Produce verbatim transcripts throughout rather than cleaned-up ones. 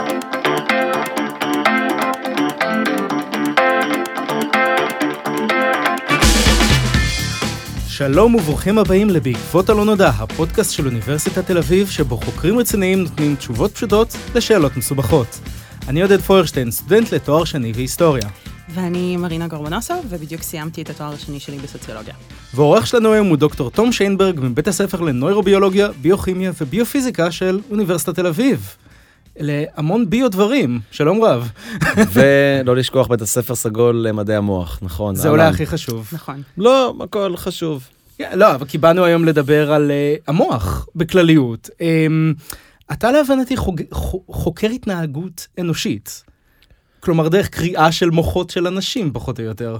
שלום וברוכים הבאים לבעקבות הלא נודע, הפודקאסט של אוניברסיטת תל אביב, שבו חוקרים רציניים נותנים תשובות פשוטות לשאלות מסובכות. אני עודד פוירשטיין, סטודנט לתואר שני בהיסטוריה. ואני מרינה גורבנוסוב, ובדיוק סיימתי את התואר השני שלי בסוציולוגיה. והעורך שלנו היום הוא דוקטור תום שיינברג, מבית הספר לנוירוביולוגיה, ביוכימיה וביופיזיקה של אוניברסיטת תל אביב. אלה המון ביו דברים, שלום רב. ולא לשכוח בית הספר סגול למדעי המוח, נכון? זה אולי הכי חשוב. נכון. לא, הכל חשוב. לא, אבל כי באנו היום לדבר על המוח בכלליות. אתה להבנתי חוקר התנהגות אנושית. כלומר, דרך קריאה של מוחות של אנשים, פחות או יותר.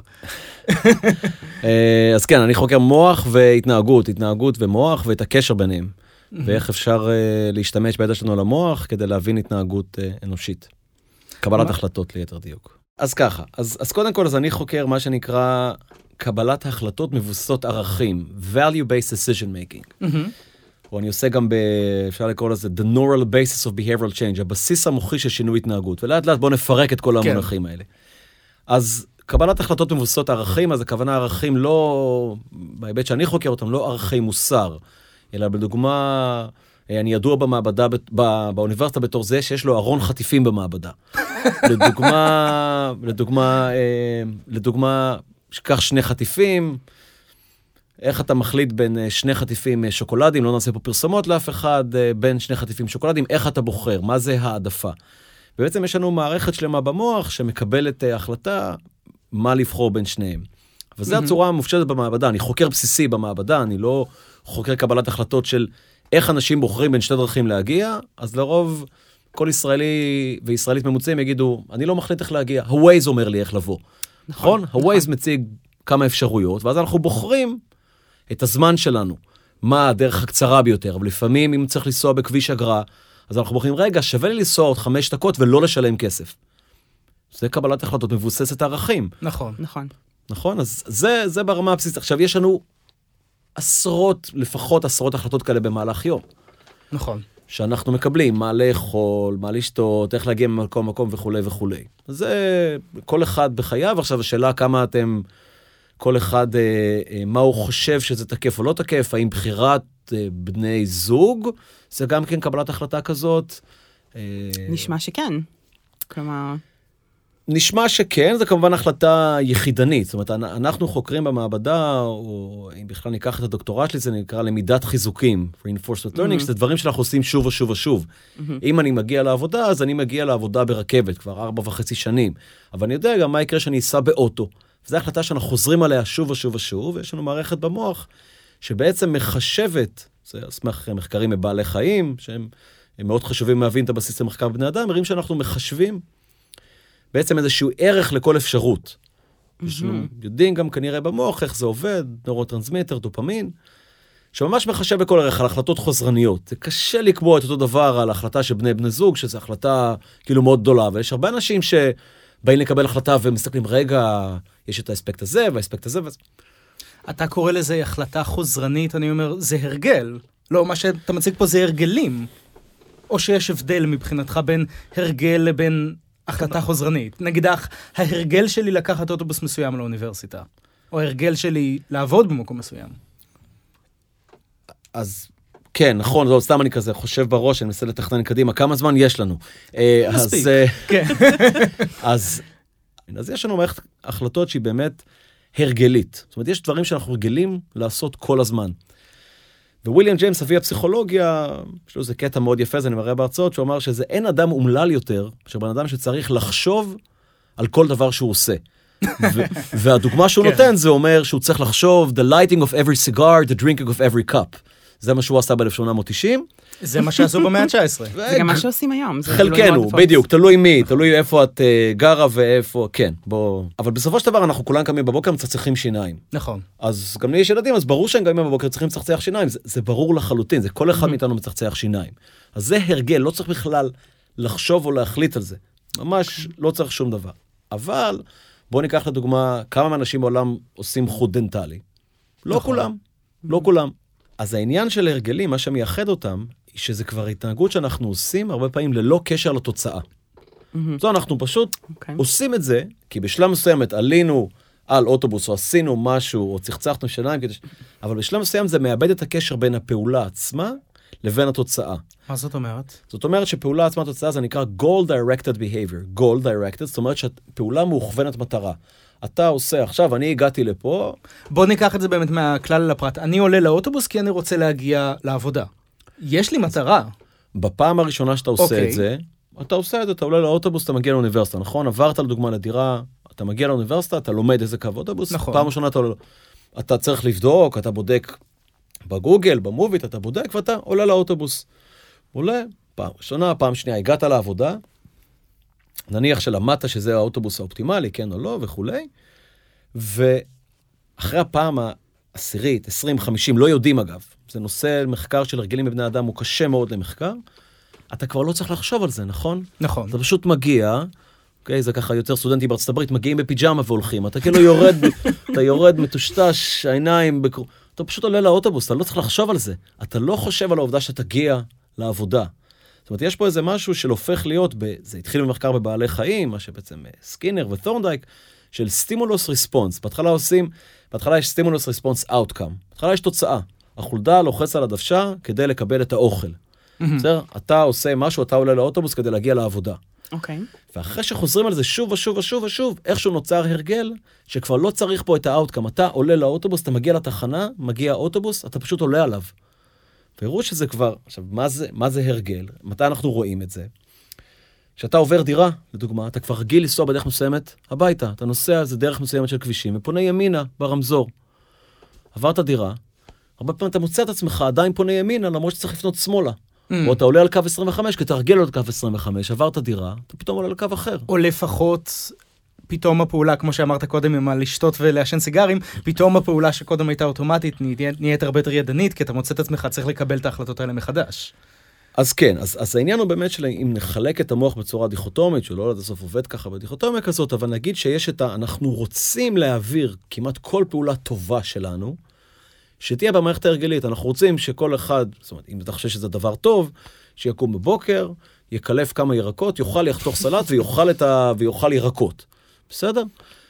אז כן, אני חוקר מוח והתנהגות, התנהגות ומוח ואת הקשר ביניהם. ואיך אפשר uh, להשתמש בידע שלנו למוח כדי להבין התנהגות uh, אנושית. קבלת החלטות ליתר דיוק. אז ככה, אז, אז קודם כל, אז אני חוקר מה שנקרא קבלת החלטות מבוססות ערכים, value-based decision making. או אני עושה גם, ב, אפשר לקרוא לזה, the neural basis of behavioral change, הבסיס המוחי של שינוי התנהגות. ולאט לאט בואו נפרק את כל המונחים האלה. אז קבלת החלטות מבוססות ערכים, אז הכוונה ערכים לא, בהיבט שאני חוקר אותם, לא ערכי מוסר. אלא בדוגמה, אני ידוע במעבדה, בא, באוניברסיטה בתור זה שיש לו ארון חטיפים במעבדה. לדוגמה, לדוגמה, לדוגמה, שקח שני חטיפים, איך אתה מחליט בין שני חטיפים שוקולדים, לא נעשה פה פרסומות לאף אחד, בין שני חטיפים שוקולדים, איך אתה בוחר, מה זה העדפה. ובעצם יש לנו מערכת שלמה במוח שמקבלת החלטה מה לבחור בין שניהם. וזו הצורה המופשטת במעבדה, אני חוקר בסיסי במעבדה, אני לא חוקר קבלת החלטות של איך אנשים בוחרים בין שתי דרכים להגיע, אז לרוב כל ישראלי וישראלית ממוצעים יגידו, אני לא מחליט איך להגיע, ה-Waze אומר לי איך לבוא. נכון? ה-Waze מציג כמה אפשרויות, ואז אנחנו בוחרים את הזמן שלנו, מה הדרך הקצרה ביותר, אבל לפעמים אם צריך לנסוע בכביש אגרה, אז אנחנו בוחרים, רגע, שווה לי לנסוע עוד חמש דקות ולא לשלם כסף. זה קבלת החלטות מבוססת ערכים. נכון. נכון. נכון? אז זה, זה ברמה הבסיסית. עכשיו, יש לנו עשרות, לפחות עשרות החלטות כאלה במהלך יום. נכון. שאנחנו מקבלים, מה לאכול, מה לשתות, איך להגיע ממקום מקום וכו' וכו'. זה כל אחד בחייו. עכשיו, השאלה כמה אתם, כל אחד, אה, אה, מה הוא חושב שזה תקף או לא תקף, האם בחירת אה, בני זוג, זה גם כן קבלת החלטה כזאת. אה, נשמע שכן. כלומר... נשמע שכן, זה כמובן החלטה יחידנית. זאת אומרת, אנחנו חוקרים במעבדה, או אם בכלל ניקח את הדוקטורט שלי, זה נקרא למידת חיזוקים, reinforcement learning, שזה דברים שאנחנו עושים שוב ושוב ושוב. אם אני מגיע לעבודה, אז אני מגיע לעבודה ברכבת, כבר ארבע וחצי שנים. אבל אני יודע גם מה יקרה שאני אסע באוטו. וזו החלטה שאנחנו חוזרים עליה שוב ושוב ושוב, ויש לנו מערכת במוח, שבעצם מחשבת, זה סמך מחקרים מבעלי חיים, שהם מאוד חשובים להבין את הבסיס למחקר בבני אדם, מראים שאנחנו מחשבים בעצם איזשהו ערך לכל אפשרות. אנחנו יודעים גם כנראה במוח איך זה עובד, נורוטרנסמיטר, דופמין, שממש מחשב בכל ערך על החלטות חוזרניות. זה קשה לקבוע את אותו דבר על החלטה של בני בני זוג, שזו החלטה כאילו מאוד גדולה, ויש הרבה אנשים שבאים לקבל החלטה ומסתכלים, רגע, יש את האספקט הזה והאספקט הזה. אתה קורא לזה החלטה חוזרנית, אני אומר, זה הרגל. לא, מה שאתה מציג פה זה הרגלים. או שיש הבדל מבחינתך בין הרגל לבין... החלטה חוזרנית. נגיד, ההרגל שלי לקחת אוטובוס מסוים לאוניברסיטה, או ההרגל שלי לעבוד במקום מסוים. אז כן, נכון, זאת סתם אני כזה חושב בראש, אני מנסה לתכנן קדימה, כמה זמן יש לנו? מספיק, כן. אז יש לנו מערכת החלטות שהיא באמת הרגלית. זאת אומרת, יש דברים שאנחנו רגילים לעשות כל הזמן. וויליאם ג'יימס, אבי הפסיכולוגיה, יש לו איזה קטע מאוד יפה, זה אני מראה בהרצאות, שהוא אמר שזה אין אדם אומלל יותר, שבן אדם שצריך לחשוב על כל דבר שהוא עושה. והדוגמה שהוא נותן, זה אומר שהוא צריך לחשוב, the lighting of every cigar, the drinking of every cup. זה מה שהוא עשה ב-אלף שמונה מאות תשעים. זה מה שעשו במאה ה-תשע עשרה. זה גם מה שעושים היום. חלקנו, בדיוק, תלוי מי, תלוי איפה את גרה ואיפה, כן, בוא. אבל בסופו של דבר אנחנו כולם קמים בבוקר מצחצחים שיניים. נכון. אז גם לי יש ילדים, אז ברור שהם קמים בבוקר צריכים לצחצח שיניים, זה ברור לחלוטין, זה כל אחד מאיתנו מצחצח שיניים. אז זה הרגל, לא צריך בכלל לחשוב או להחליט על זה. ממש לא צריך שום דבר. אבל בואו ניקח לדוגמה, כמה אנשים בעולם עושים חוט דנטלי. לא כולם, לא כולם. אז העניין של הרגלים, מה שמייחד אותם, היא שזה כבר התנהגות שאנחנו עושים הרבה פעמים ללא קשר לתוצאה. זו אנחנו פשוט עושים את זה, כי בשלב מסוים עלינו על אוטובוס, או עשינו משהו, או צחצחנו שניים, אבל בשלב מסוים זה מאבד את הקשר בין הפעולה עצמה לבין התוצאה. מה זאת אומרת? זאת אומרת שפעולה עצמה התוצאה זה נקרא goal directed behavior. goal directed, זאת אומרת שפעולה מוכוונת מטרה. אתה עושה עכשיו, אני הגעתי לפה. בוא ניקח את זה באמת מהכלל לפרט. אני עולה לאוטובוס כי אני רוצה להגיע לעבודה. יש לי מטרה. בפעם הראשונה שאתה עושה את זה, אתה עושה את זה, אתה עולה לאוטובוס, אתה מגיע לאוניברסיטה, נכון? עברת לדוגמה לדירה, אתה מגיע לאוניברסיטה, אתה לומד איזה קו אוטובוס, נכון. פעם ראשונה אתה, אתה צריך לבדוק, אתה בודק בגוגל, במוביט, אתה בודק ואתה עולה לאוטובוס. עולה, פעם ראשונה, פעם שנייה, הגעת לעבודה, נניח שלמדת שזה האוטובוס האופטימלי, כן או לא, וכולי, ואחרי הפעם העשירית, עשרים, חמישים, לא יודעים אגב, זה נושא מחקר של הרגלים בבני אדם, הוא קשה מאוד למחקר, אתה כבר לא צריך לחשוב על זה, נכון? נכון. אתה פשוט מגיע, אוקיי, זה ככה יותר סטודנטים בארצות הברית, מגיעים בפיג'מה והולכים, אתה כאילו יורד, אתה יורד מטושטש, העיניים, בקר... אתה פשוט עולה לאוטובוס, אתה לא צריך לחשוב על זה, אתה לא חושב על העובדה שתגיע לעבודה. זאת אומרת, יש פה איזה משהו של הופך להיות, ב... זה התחיל במחקר בבעלי חיים, מה שבעצם סקינר ותורנדייק, של סטימולוס ריספונס. בהתחלה עושים, בהתחלה יש סטימולוס ריספונס אאוטקאם. בהתחלה יש תוצאה. החולדה לוחץ על הדוושה כדי לקבל את האוכל. בסדר? אתה עושה משהו, אתה עולה לאוטובוס כדי להגיע לעבודה. אוקיי. ואחרי שחוזרים על זה שוב ושוב ושוב ושוב, איכשהו נוצר הרגל, שכבר לא צריך פה את האאוטקאם. אתה עולה לאוטובוס, אתה מגיע לתחנה, מגיע האוטובוס, אתה פשוט עולה עליו. והראו שזה כבר, עכשיו, מה זה, מה זה הרגל? מתי אנחנו רואים את זה? כשאתה עובר דירה, לדוגמה, אתה כבר רגיל לנסוע בדרך מסוימת הביתה. אתה נוסע, זה דרך מסוימת של כבישים, ופונה ימינה ברמזור. עברת דירה, הרבה פעמים אתה מוצא את עצמך עדיין פונה ימינה, למרות שצריך לפנות שמאלה. Mm. או אתה עולה על קו עשרים וחמש, כי אתה רגיל על קו עשרים וחמש, עברת דירה, אתה פתאום עולה על קו אחר. או לפחות, פתאום הפעולה, כמו שאמרת קודם, עם לשתות ולעשן סיגרים, פתאום הפעולה שקודם הייתה אוטומטית, נהיית הרבה יותר ידנית, כי אתה מוצא את עצמך, צריך לקבל את ההחלטות האלה מחדש. אז כן, אז, אז העניין הוא באמת שאם נחלק את המוח בצורה דיכוטומית, שלא עד הסוף עובד ככה בדיכוטומיה כזאת, אבל נגיד שיש את ה... אנחנו רוצים להעביר כמעט כל פעולה טובה שלנו, שתהיה במערכת ההרגלית. אנחנו רוצים שכל אחד, זאת אומרת, אם אתה חושב שזה דבר טוב, שיקום בבוקר, יקלף כמה ירקות, יאכל יחתוך סלט ויאכל, את ה... ויאכל ירקות. בסדר?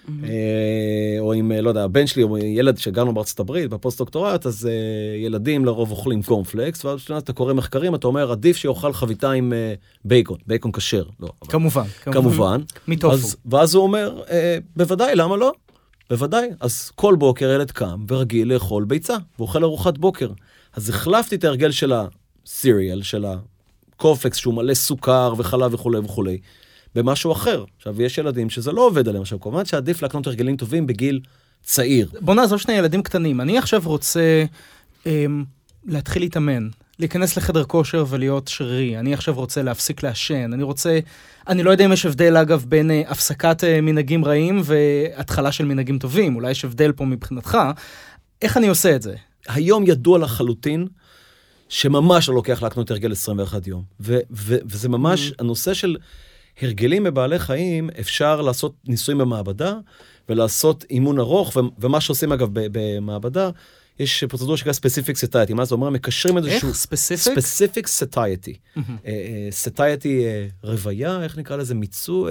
או אם, לא יודע, הבן שלי, או ילד שגרנו בארצות הברית, בפוסט-דוקטורט, אז ילדים לרוב אוכלים קורנפלקס, ואז כשאתה אתה קורא מחקרים, אתה אומר, עדיף שיאכל חביתה עם בייקון, בייקון כשר. לא, כמובן. כמובן. מטופו. ואז הוא אומר, בוודאי, למה לא? בוודאי. אז כל בוקר ילד קם ורגיל לאכול ביצה, ואוכל ארוחת בוקר. אז החלפתי את ההרגל של הסיריאל, של הקורנפלקס, שהוא מלא סוכר וחלב וכו' וכו'. במשהו אחר. עכשיו, יש ילדים שזה לא עובד עליהם. עכשיו, כמובן שעדיף להקנות הרגלים טובים בגיל צעיר. בוא נעזוב שני ילדים קטנים. אני עכשיו רוצה אמ, להתחיל להתאמן, להיכנס לחדר כושר ולהיות שרירי. אני עכשיו רוצה להפסיק לעשן. אני רוצה, אני לא יודע אם יש הבדל, אגב, בין אה, הפסקת אה, מנהגים רעים והתחלה של מנהגים טובים. אולי יש הבדל פה מבחינתך. איך אני עושה את זה? היום ידוע לחלוטין שממש לא לוקח להקנות הרגל עשרים ואחד יום. ו- ו- וזה ממש mm. הנושא של הרגלים בבעלי חיים, אפשר לעשות ניסויים במעבדה, ולעשות אימון ארוך, ו- ומה שעושים אגב במעבדה, יש פרוצדורה שקרה ספציפיק סטייטי, מה זה אומר? מקשרים איזשהו... איך? ספציפיק? ספציפיק סטייטי. סטייטי רוויה, איך נקרא לזה? מיצו...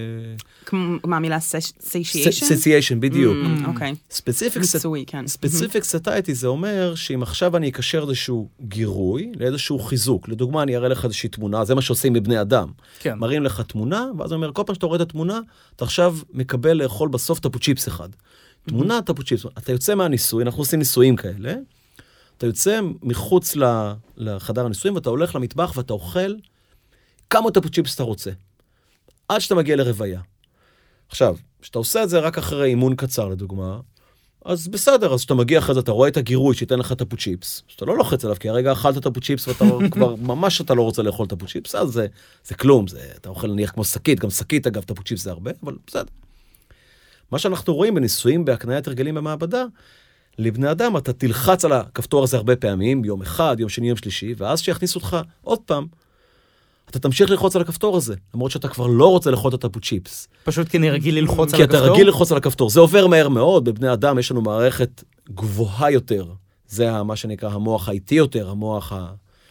מה המילה? סיישיישן? סיישיישן, בדיוק. אוקיי. מיצוי, כן. ספציפיק סטייטי זה אומר שאם עכשיו אני אקשר איזשהו גירוי, לאיזשהו חיזוק, לדוגמה אני אראה לך איזושהי תמונה, זה מה שעושים מבני אדם. מראים לך תמונה, ואז אני אומר, כל פעם שאתה רואה את התמונה, אתה עכשיו מקבל לאכול בסוף טפו צ'יפס אחד. תמונה, טפו צ'יפס. אתה יוצא מהניסוי, אנחנו עושים ניסויים כאלה, אתה יוצא מחוץ לחדר הניסויים, ואתה הולך למטבח ואתה אוכל כמה טפו צ'יפס אתה רוצה. עד שאתה מגיע לרוויה. עכשיו, כשאתה עושה את זה רק אחרי אימון קצר, לדוגמה, אז בסדר, אז כשאתה מגיע אחרי זה, אתה רואה את הגירוי שייתן לך טפו צ'יפס, שאתה לא לוחץ עליו, כי הרגע אכלת טפו צ'יפס, ואתה כבר ממש אתה לא רוצה לאכול טפו צ'יפס, אז זה, זה כלום, זה, אתה אוכל נניח כמו שקית, גם שקית אגב, טפו צ'יפס זה הרבה, אבל בסדר. מה שאנחנו רואים בניסויים בהקניית הרגלים במעבדה, לבני אדם אתה תלחץ על הכפתור הזה הרבה פעמים, יום אחד, יום שני, יום שלישי, ואז שיכניסו אותך עוד פעם, אתה תמשיך ללחוץ על הכפתור הזה, למרות שאתה כבר לא רוצה לאכול את הטפו צ'יפס. פשוט כי אני רגיל ללחוץ על כי הכפתור? אתה רגיל ללחוץ על הכפתור. זה עובר מהר מאוד, בבני אדם יש לנו מערכת גבוהה יותר. זה מה שנקרא המוח האיטי יותר, המוח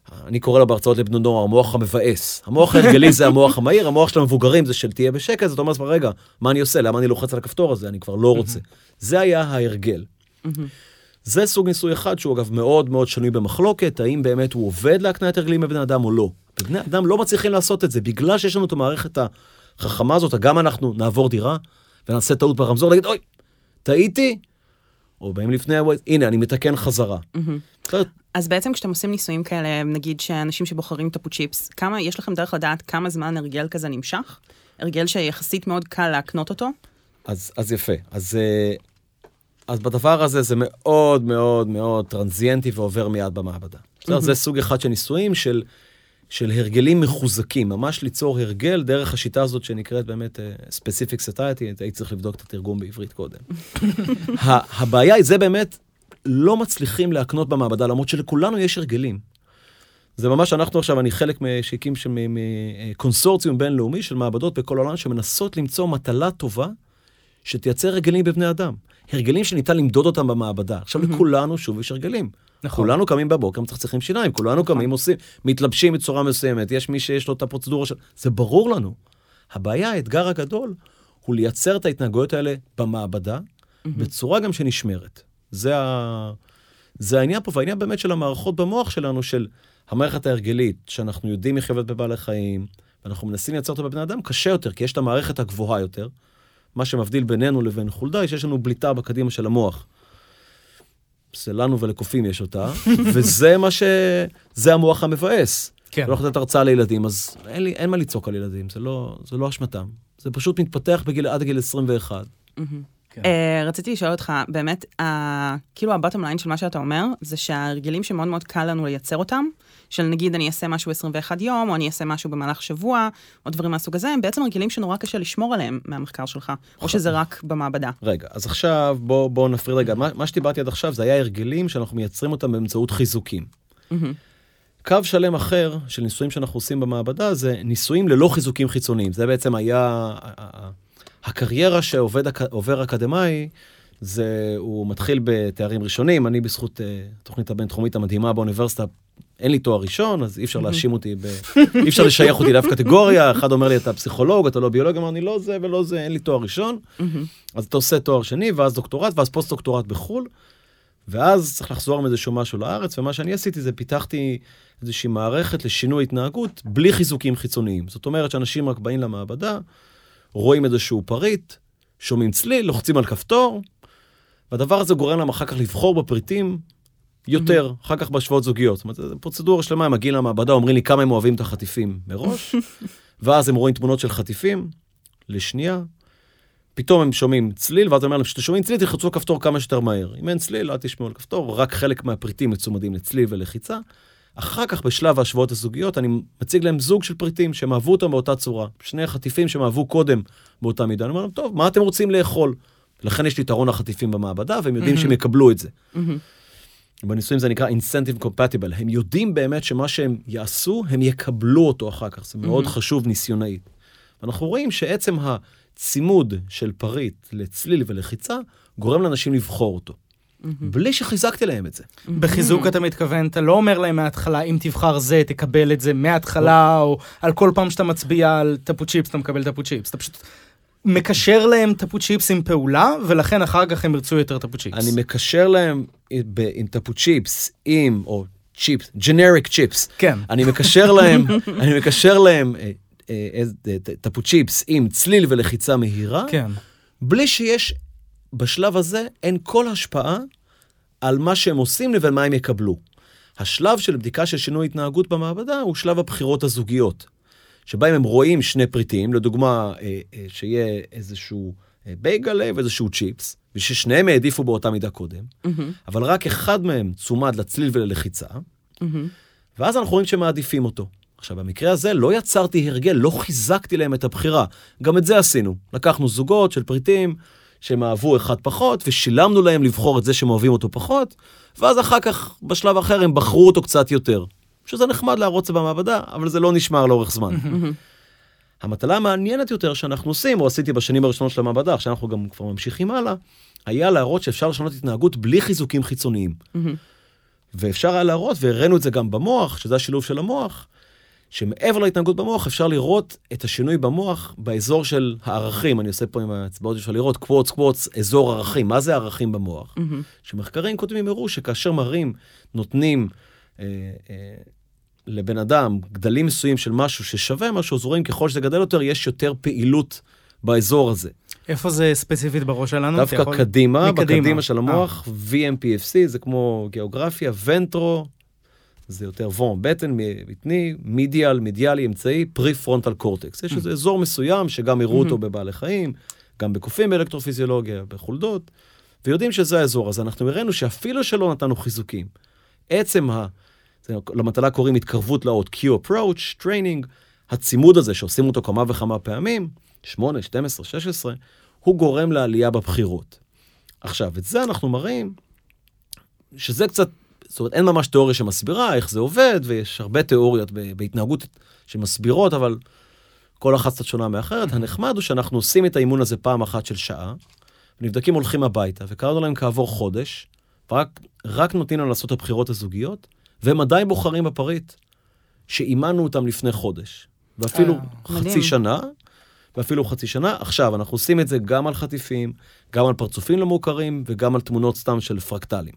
אני קורא לו בהרצאות לבני נוער, המוח המבאס. המוח ההרגלי זה המוח המהיר, המוח של המבוגרים זה של תהיה בשקט, זאת אומרת, רגע, מה אני עושה? למה אני לוחץ על הכפתור הזה? אני כבר לא רוצה. זה היה ההרגל. זה סוג ניסוי אחד, שהוא אגב מאוד מאוד שנוי במחלוקת, האם באמת הוא עובד להקניית הרגלים בבני אדם או לא. בבני אדם לא מצליחים לעשות את זה, בגלל שיש לנו את המערכת החכמה הזאת, גם אנחנו נעבור דירה, ונעשה טעות ברמזור, להגיד, אוי, טעיתי, או באים לפני, הנה, אני מתקן חזרה. אז בעצם כשאתם עושים ניסויים כאלה, נגיד שאנשים שבוחרים טפו צ'יפס, כמה, יש לכם דרך לדעת כמה זמן הרגל כזה נמשך? הרגל שיחסית מאוד קל להקנות אותו? אז, אז יפה. אז, אז בדבר הזה זה מאוד מאוד מאוד טרנזיינטי ועובר מיד במעבדה. Mm-hmm. זה סוג אחד של ניסויים של, של הרגלים מחוזקים, ממש ליצור הרגל דרך השיטה הזאת שנקראת באמת uh, specific satiety, הייתי צריך לבדוק את התרגום בעברית קודם. הבעיה היא, זה באמת לא מצליחים להקנות במעבדה, למרות שלכולנו יש הרגלים. זה ממש, אנחנו עכשיו, אני חלק משייקים של קונסורציום בינלאומי של מעבדות בכל העולם, שמנסות למצוא מטלה טובה, שתייצר הרגלים בבני אדם. הרגלים שניתן למדוד אותם במעבדה. עכשיו לכולנו שוב יש הרגלים. כולנו קמים בבוקר, מצחצחים שיניים, כולנו קמים, עושים, מתלבשים בצורה מסוימת, יש מי שיש לו את הפרוצדורה של... זה ברור לנו. הבעיה, האתגר הגדול, הוא לייצר את ההתנהגויות האלה במעבדה, בצורה גם שנשמרת. זה, ה... זה העניין פה, והעניין באמת של המערכות במוח שלנו, של המערכת ההרגלית, שאנחנו יודעים איך עובדת בבעלי חיים, ואנחנו מנסים לייצר אותה בבני אדם, קשה יותר, כי יש את המערכת הגבוהה יותר. מה שמבדיל בינינו לבין חולדה, שיש לנו בליטה בקדימה של המוח. זה לנו ולקופים יש אותה, וזה מה ש... זה המוח המבאס. כן. לא יכולת את הרצאה לילדים, אז אין לי, אין מה לצעוק על ילדים, זה לא, זה לא אשמתם. זה פשוט מתפתח בגיל, עד הגיל עשרים ואחת. כן. Uh, רציתי לשאול אותך, באמת, uh, כאילו הבוטום ליין של מה שאתה אומר, זה שהרגלים שמאוד מאוד קל לנו לייצר אותם, של נגיד אני אעשה משהו עשרים ואחד יום, או אני אעשה משהו במהלך שבוע, או דברים מהסוג הזה, הם בעצם רגלים שנורא קשה לשמור עליהם מהמחקר שלך, או שזה רק במעבדה. רגע, אז עכשיו בוא, בוא נפריד רגע, מה, מה שדיברתי עד עכשיו, זה היה הרגלים שאנחנו מייצרים אותם באמצעות חיזוקים. Mm-hmm. קו שלם אחר של ניסויים שאנחנו עושים במעבדה, זה ניסויים ללא חיזוקים חיצוניים. זה בעצם היה... הקריירה שעובר אקדמאי, זה, הוא מתחיל בתארים ראשונים, אני בזכות uh, תוכנית הבינתחומית המדהימה באוניברסיטה, אין לי תואר ראשון, אז אי אפשר להאשים אותי, ב... אי אפשר לשייך אותי לאף קטגוריה, אחד אומר לי, אתה פסיכולוג, אתה לא ביולוג, אמר, אני לא זה ולא זה, אין לי תואר ראשון, אז אתה עושה תואר שני, ואז דוקטורט, ואז פוסט דוקטורט בחול, ואז צריך לחזור מאיזשהו משהו לארץ, ומה שאני עשיתי זה פיתחתי איזושהי מערכת לשינוי התנהגות, בלי חיזוקים חיצוניים. זאת אומרת שאנשים רק באים למעבדה, רואים איזשהו פריט, שומעים צליל, לוחצים על כפתור, והדבר הזה גורם להם אחר כך לבחור בפריטים יותר, mm-hmm. אחר כך בהשוואות זוגיות. זאת אומרת, זו פרוצדורה שלמה, הם מגיעים למעבדה, אומרים לי כמה הם אוהבים את החטיפים מראש, ואז הם רואים תמונות של חטיפים, לשנייה, פתאום הם שומעים צליל, ואז הם אומרים להם, כשאתם שומעים צליל, תלחצו כפתור כמה שיותר מהר. אם אין צליל, אל תשמעו על כפתור, רק חלק מהפריטים מצומדים לצליל ולחיצה. אחר כך, בשלב ההשוואות הזוגיות, אני מציג להם זוג של פריטים שהם אהבו אותם באותה צורה. שני חטיפים שהם אהבו קודם באותה מידה. אני אומר להם, טוב, מה אתם רוצים לאכול? לכן יש לי יתרון החטיפים במעבדה, והם יודעים שהם יקבלו את זה. בניסויים זה נקרא incentive compatible. הם יודעים באמת שמה שהם יעשו, הם יקבלו אותו אחר כך. זה מאוד חשוב ניסיונאית. ואנחנו רואים שעצם הצימוד של פריט לצליל ולחיצה, גורם לאנשים לבחור אותו. בלי שחיזקתי להם את זה. בחיזוק אתה מתכוון, אתה לא אומר להם מההתחלה, אם תבחר זה, תקבל את זה מההתחלה, או על כל פעם שאתה מצביע על טפו צ'יפס, אתה מקבל טפו צ'יפס. אתה פשוט מקשר להם טפו צ'יפס עם פעולה, ולכן אחר כך הם ירצו יותר טפו צ'יפס. אני מקשר להם עם טפו צ'יפס, עם, או צ'יפס, ג'נריק צ'יפס. כן. אני מקשר להם, אני מקשר להם טפו צ'יפס עם צליל ולחיצה מהירה, כן. בלי שיש בשלב הזה אין כל השפעה על מה שהם עושים לבין מה הם יקבלו. השלב של בדיקה של שינוי התנהגות במעבדה הוא שלב הבחירות הזוגיות, שבהם הם רואים שני פריטים, לדוגמה שיהיה איזשהו בייגלה ואיזשהו צ'יפס, וששניהם העדיפו באותה מידה קודם, mm-hmm. אבל רק אחד מהם צומד לצליל וללחיצה, mm-hmm. ואז אנחנו רואים שמעדיפים אותו. עכשיו, במקרה הזה לא יצרתי הרגל, לא חיזקתי להם את הבחירה. גם את זה עשינו. לקחנו זוגות של פריטים, שהם אהבו אחד פחות, ושילמנו להם לבחור את זה שהם אוהבים אותו פחות, ואז אחר כך, בשלב אחר, הם בחרו אותו קצת יותר. שזה נחמד להרוץ במעבדה, אבל זה לא נשמר לאורך זמן. המטלה המעניינת יותר שאנחנו עושים, או עשיתי בשנים הראשונות של המעבדה, שאנחנו גם כבר ממשיכים הלאה, היה להראות שאפשר לשנות התנהגות בלי חיזוקים חיצוניים. ואפשר היה להראות, והראינו את זה גם במוח, שזה השילוב של המוח, שמעבר להתנהגות במוח, אפשר לראות את השינוי במוח באזור של הערכים. אני עושה פה עם האצבעות, אפשר לראות קוואטס, קוואטס, אזור ערכים. מה זה ערכים במוח? Mm-hmm. שמחקרים קודמים הראו שכאשר מראים, נותנים אה, אה, לבן אדם גדלים מסוים של משהו ששווה משהו, אז רואים ככל שזה גדל יותר, יש יותר פעילות באזור הזה. איפה זה ספציפית בראש שלנו? דווקא יכול... קדימה, מקדימה. בקדימה של המוח, וי אם פי אף סי, זה כמו גיאוגרפיה, ונטרו, זה יותר וון, בטן, בטני, מידיאל, מידיאלי, אמצעי, פרי-פרונטל קורטקס. יש איזה אזור מסוים שגם הראו אותו בבעלי חיים, גם בקופים באלקטרופיזיולוגיה, בחולדות, ויודעים שזה האזור. אז אנחנו הראינו שאפילו שלא נתנו חיזוקים, עצם ה... למטלה קוראים התקרבות לאות, Q approach, training, הצימוד הזה שעושים אותו כמה וכמה פעמים, שמונה, שתים עשרה, שש עשרה, הוא גורם לעלייה בבחירות. עכשיו, את זה אנחנו מראים, שזה קצת, זאת אומרת, אין ממש תיאוריה שמסבירה איך זה עובד, ויש הרבה תיאוריות בהתנהגות שמסבירות, אבל כל אחת קצת שונה מאחרת. הנחמד הוא שאנחנו עושים את האימון הזה פעם אחת של שעה, ונבדקים הולכים הביתה, וקראנו להם כעבור חודש, ורק רק נותנים לנו לעשות את הבחירות הזוגיות, והם עדיין בוחרים בפריט, שאימנו אותם לפני חודש, ואפילו חצי שנה, ואפילו חצי שנה. עכשיו, אנחנו עושים את זה גם על חטיפים, גם על פרצופים לא מוכרים, וגם על תמונות סתם של פרקטלים.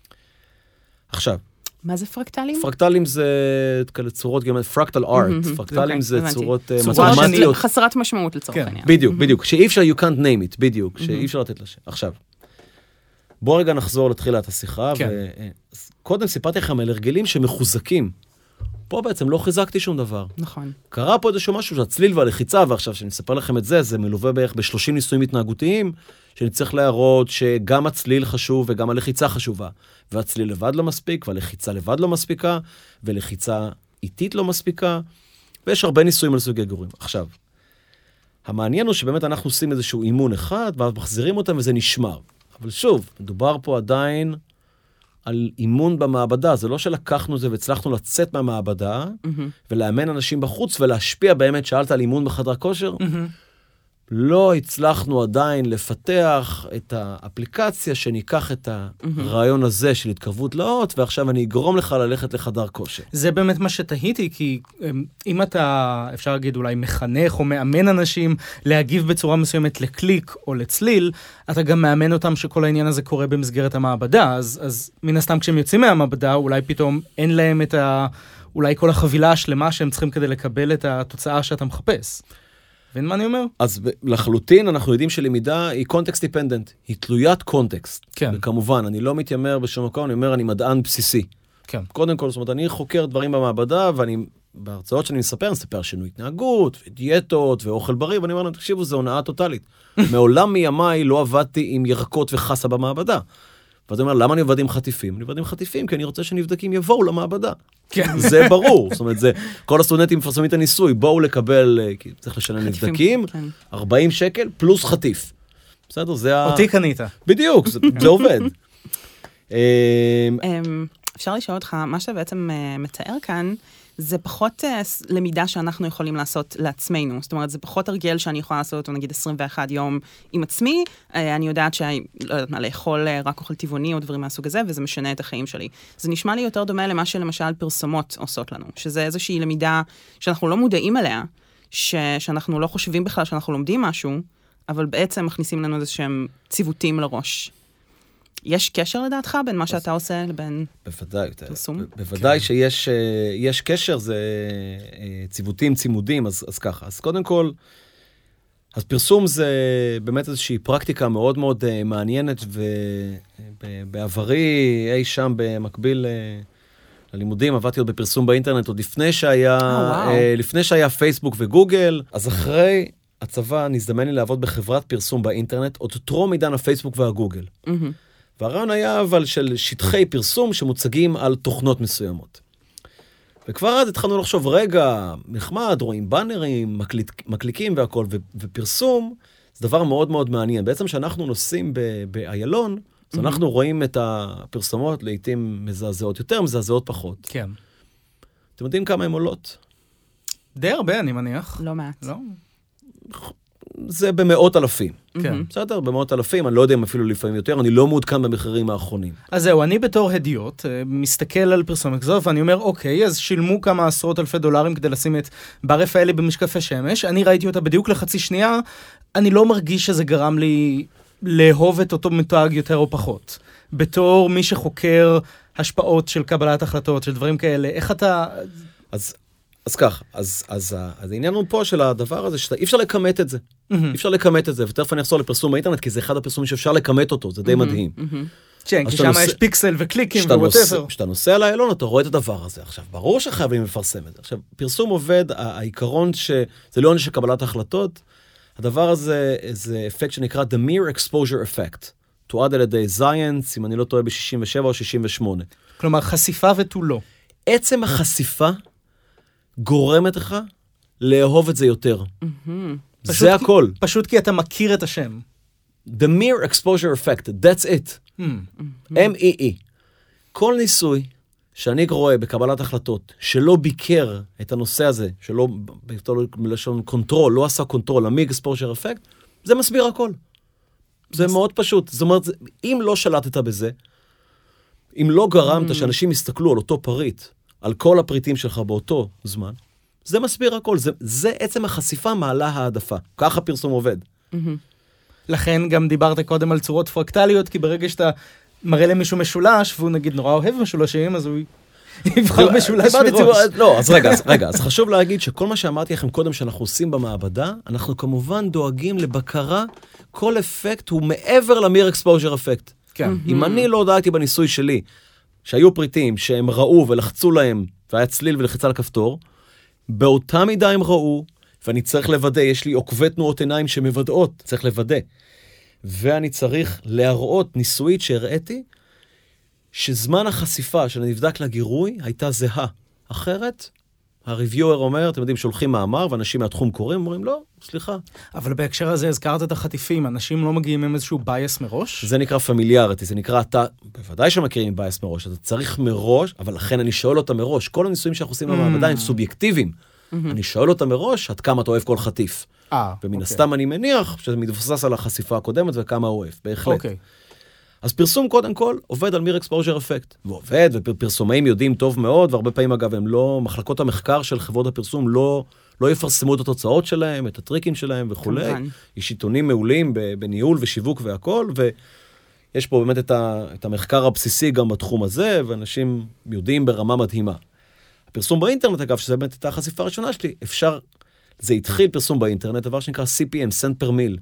עכשיו. מה זה פרקטלים? פרקטלים זה כאלה צורות, פרקטל ארט. פרקטלים זה צורות מתמטיות. חסרת משמעות לצורך העניין. בדיוק, בדיוק. שאי אפשר, you can't name it, בדיוק. שאי אפשר לתת לשם. עכשיו, בוא רגע נחזור לתחילת השיחה. קודם סיפרתי לכם על הרגלים שמחוזקים. פה בעצם לא חיזקתי שום דבר. נכון. קרה פה איזשהו משהו שהצליל והלחיצה, ועכשיו שאני אספר לכם את זה, זה מלווה בערך ב-שלושים ניסויים התנהגותיים, שאני צריך להראות שגם הצליל חשוב וגם הלחיצה חשובה. והצליל לבד לא מספיק, והלחיצה לבד לא מספיקה, ולחיצה איטית לא מספיקה, ויש הרבה ניסויים על סוגי גירויים. עכשיו, המעניין הוא שבאמת אנחנו עושים איזשהו אימון אחד, ואז מחזירים אותם וזה נשמר. אבל שוב, מדובר פה עדיין על אימון במעבדה, זה לא שלקחנו זה והצלחנו לצאת מהמעבדה, mm-hmm. ולאמן אנשים בחוץ ולהשפיע באמת, שאלת על אימון בחדר כושר, mm-hmm. לא הצלחנו עדיין לפתח את האפליקציה שניקח את הרעיון הזה של התקרבות לאות, ועכשיו אני אגרום לך ללכת לחדר כושר. זה באמת מה שתהיתי, כי אם אתה, אפשר להגיד אולי מחנך או מאמן אנשים להגיב בצורה מסוימת לקליק או לצליל, אתה גם מאמן אותם שכל העניין הזה קורה במסגרת המעבדה, אז, אז מן הסתם כשהם יוצאים מהמעבדה, אולי פתאום אין להם את ה... אולי כל החבילה השלמה שהם צריכים כדי לקבל את התוצאה שאתה מחפש. ואין מה אני אומר? אז לחלוטין אנחנו יודעים שלמידה היא קונטקסט דיפנדנט, היא תלוית קונטקסט. כן. וכמובן, אני לא מתיימר בשום מקום, אני אומר, אני מדען בסיסי. כן. קודם כל, זאת אומרת, אני חוקר דברים במעבדה, ואני, בהרצאות שאני מספר, אני מספר שינוי התנהגות, ודיאטות, ואוכל בריא, ואני אומר, תקשיבו, זה הונאה טוטלית. מעולם מימיי לא עבדתי עם ירקות וחסה במעבדה. ואז אני אומר, למה אני עובד עם חטיפים? אני עובד עם חטיפים, כי אני רוצה שנבדקים יבואו למעבדה. כן. זה ברור. זאת אומרת, זה, כל הסטודנטים מפרסמים את הניסוי, בואו לקבל, כי צריך לשלם נבדקים, כן. ארבעים שקל פלוס חטיף. בסדר? זה אותי קנית. בדיוק, זה, זה עובד. אפשר לשאול אותך, מה שאתה בעצם מתאר כאן, זה פחות uh, למידה שאנחנו יכולים לעשות לעצמנו. זאת אומרת, זה פחות הרגל שאני יכולה לעשות אותו, נגיד עשרים ואחד יום עם עצמי. Uh, אני יודעת שאני לא יודעת מה, לאכול uh, רק אוכל טבעוני או דברים מהסוג הזה, וזה משנה את החיים שלי. זה נשמע לי יותר דומה למה שלמשל פרסומות עושות לנו, שזה איזושהי למידה שאנחנו לא מודעים אליה, ש- שאנחנו לא חושבים בכלל שאנחנו לומדים משהו, אבל בעצם מכניסים לנו איזשהם ציוותים לראש. יש קשר לדעתך בין מה שאתה עושה לבין פרסום? בוודאי שיש יש קשר, זה ציוותים, צימודים, אז, אז ככה. אז קודם כל, אז פרסום זה באמת איזושהי פרקטיקה מאוד מאוד מעניינת, ובעברי אי שם במקביל ללימודים, עבדתי עוד בפרסום באינטרנט, עוד לפני שהיה, oh, wow. לפני שהיה פייסבוק וגוגל, אז אחרי הצבא נזדמן לי לעבוד בחברת פרסום באינטרנט, עוד טרום עידן הפייסבוק והגוגל. Mm-hmm. והרעיון היה אבל של שטחי פרסום שמוצגים על תוכנות מסוימות. וכבר אז התחלנו לחשוב, רגע, נחמד, רואים בנרים, מקליק, מקליקים והכל, ו- ופרסום זה דבר מאוד מאוד מעניין. בעצם שאנחנו נוסעים באיילון, אז mm-hmm. אנחנו רואים את הפרסומות לעתים מזעזעות יותר, מזעזעות פחות. כן. אתם יודעים כמה הן עולות? די הרבה, אני מניח. לא מעט. לא? זה במאות אלפים. כן. בסדר? במאות אלפים, אני לא יודע אם אפילו לפעמים יותר, אני לא מעודכן במחירים האחרונים. אז זהו, אני בתור הדיוט, מסתכל על פרסומת כזאת, ואני אומר, אוקיי, אז שילמו כמה עשרות אלפי דולרים כדי לשים את בר רפאלי במשקפי שמש, אני ראיתי אותה בדיוק לחצי שנייה, אני לא מרגיש שזה גרם לי לאהוב את אותו מותג יותר או פחות. בתור מי שחוקר השפעות של קבלת החלטות, של דברים כאלה, איך אתה... אז... אז כך, אז, אז, אז העניין הוא פה של הדבר הזה, שאי אפשר לקמת את זה. אי אפשר לקמת את זה, ותכף אני אחזור לפרסום באינטרנט, כי זה אחד הפרסומים שאפשר לקמת אותו, זה די מדהים. כן, כי שם יש פיקסל וקליקים ווואטאבר. כשאתה נוסע לאיילון, אתה רואה את הדבר הזה. עכשיו, ברור שחייבים לפרסם את זה. עכשיו, פרסום עובד, העיקרון שזה לא עונש של קבלת החלטות, הדבר הזה זה אפקט שנקרא The Mere Exposure Effect, תועד על ידי זיינס, אם אני לא טועה ב-שישים ושבע או שישים ושמונה. כלומר, חשיפה ותו לא. עצם החשיפה גורמת לך לאהוב את זה יותר. זה הכל. פשוט כי אתה מכיר את השם. The mere exposure effect, that's it. M-E-E. כל ניסוי שאני רואה בקבלת החלטות, שלא ביקר את הנושא הזה, שלא, בלשון קונטרול, לא עשה קונטרול, ה-mere exposure effect, זה מסביר הכל. זה מאוד פשוט. זאת אומרת, אם לא שלטת בזה, אם לא גרמת שאנשים יסתכלו על אותו פריט, על כל הפריטים שלך באותו זמן, זה מסביר הכל. זה, זה עצם החשיפה מעלה העדפה. ככה פרסום עובד. לכן גם דיברת קודם על צורות פרקטליות, כי ברגע שאתה מראה למישהו משולש, והוא נגיד נורא אוהב משולשים, אז הוא יבחר משולש מראש. לא, אז רגע, רגע, אז חשוב להגיד שכל מה שאמרתי לכם קודם שאנחנו עושים במעבדה, אנחנו כמובן דואגים לבקרה, כל אפקט הוא מעבר למיר אקספוז'ר אפקט. כן. אם אני לא דאגתי בניסוי שלי, שהיו פריטים שהם ראו ולחצו להם, והיה צליל ולחיצה לכפתור, באותה מידה הם ראו, ואני צריך לוודא, יש לי עוקבי תנועות עיניים שמוודאות, צריך לוודא. ואני צריך להראות ניסויית שהראיתי, שזמן החשיפה של הנבדק לגירוי הייתה זהה. אחרת, הריוויואר אומר, אתם יודעים, שולחים מאמר, ואנשים מהתחום קוראים, אומרים, לא, סליחה. אבל בהקשר הזה הזכרת את החטיפים, אנשים לא מגיעים עם איזשהו בייס מראש? זה נקרא פמיליאריטי, זה נקרא, אתה, בוודאי שמכירים בייס מראש, אתה צריך מראש, אבל לכן אני שואל אותה מראש, כל הניסויים שאנחנו עושים במעבדה הם סובייקטיביים. אני שואל אותה מראש, עד כמה אתה אוהב כל חטיף. ומן הסתם אני מניח שזה מתבסס על החשיפה הקודמת וכמה הוא אוהב, בהחלט. אוקיי. אז פרסום קודם כל עובד על מיר אקספוז'ר אפקט. ועובד, ופרסומאים יודעים טוב מאוד, והרבה פעמים אגב הם לא, מחלקות המחקר של חברות הפרסום לא, לא יפרסמו את התוצאות שלהם, את הטריקים שלהם וכו'. יש עיתונים מעולים בניהול ושיווק והכל, ויש פה באמת את, ה, את המחקר הבסיסי גם בתחום הזה, ואנשים יודעים ברמה מדהימה. הפרסום באינטרנט אגב, שזה באמת הייתה החשיפה הראשונה שלי, אפשר, זה התחיל פרסום באינטרנט, דבר שנקרא סי פי אם, סנט פר מיל.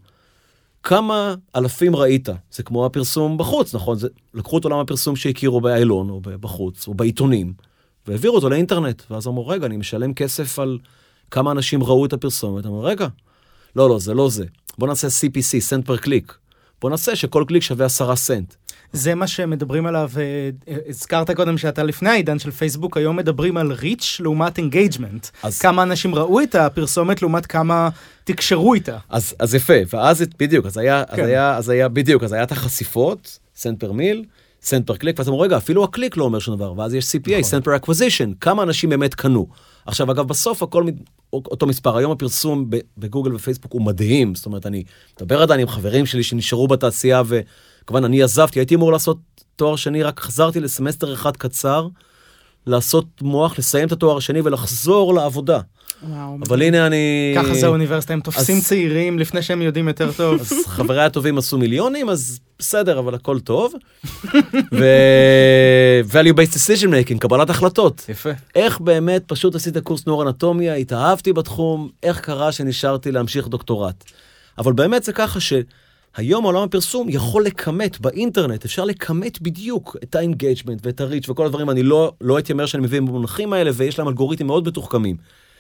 כמה אלפים ראית? זה כמו הפרסום בחוץ, נכון? זה, לקחו את עולם הפרסום שהכירו באיילון, או בחוץ, או בעיתונים, והעבירו אותו לאינטרנט. ואז אמרו, רגע, אני משלם כסף על כמה אנשים ראו את הפרסומת. אמרו, רגע, לא, לא, זה לא זה. בוא נעשה סי פי סי, סנט פר קליק. בוא נעשה שכל קליק שווה עשרה סנט. זה מה שמדברים עליו, הזכרת קודם שאתה לפני העידן של פייסבוק, היום מדברים על ריץ' לעומת אינגייג'מנט. כמה אנשים ראו את הפרסומת לעומת כמה תקשרו איתה. אז, אז יפה, ואז בדיוק, אז היה, כן. אז היה, אז היה בדיוק, אז היה את החשיפות, סנט פר מיל, סנט פר קליק, ואז אמרו, רגע, אפילו הקליק לא אומר שום דבר, ואז יש סי פי איי, סנט פר אקוויזישן, כמה אנשים באמת קנו. עכשיו, אגב, בסוף הכל אותו מספר, היום הפרסום בגוגל ופייסבוק הוא מדהים, זאת אומרת, אני מדבר עדיין עם חברים שלי שנשארו בתעשייה ו... כמובן, אני עזבתי, הייתי אמור לעשות תואר שני, רק חזרתי לסמסטר אחד קצר, לעשות מוח, לסיים את התואר השני ולחזור לעבודה. וואו. אבל הנה אני... ככה זה האוניברסיטה, הם תופסים אז... צעירים לפני שהם יודעים יותר טוב. אז חברי הטובים עשו מיליונים, אז בסדר, אבל הכל טוב. ו... value-based decision making, קבלת החלטות. יפה. איך באמת פשוט עשית קורס נוירואנטומיה, התאהבתי בתחום, איך קרה שנשארתי להמשיך דוקטורט. אבל באמת זה ככה ש... היום העולם הפרסום יכול לקמת באינטרנט, אפשר לקמת בדיוק את האינגייג'מנט ואת הריץ' וכל הדברים, אני לא, לא הייתי אומר שאני מביא במונחים האלה, ויש להם אלגוריתמים מאוד מתוחכמים.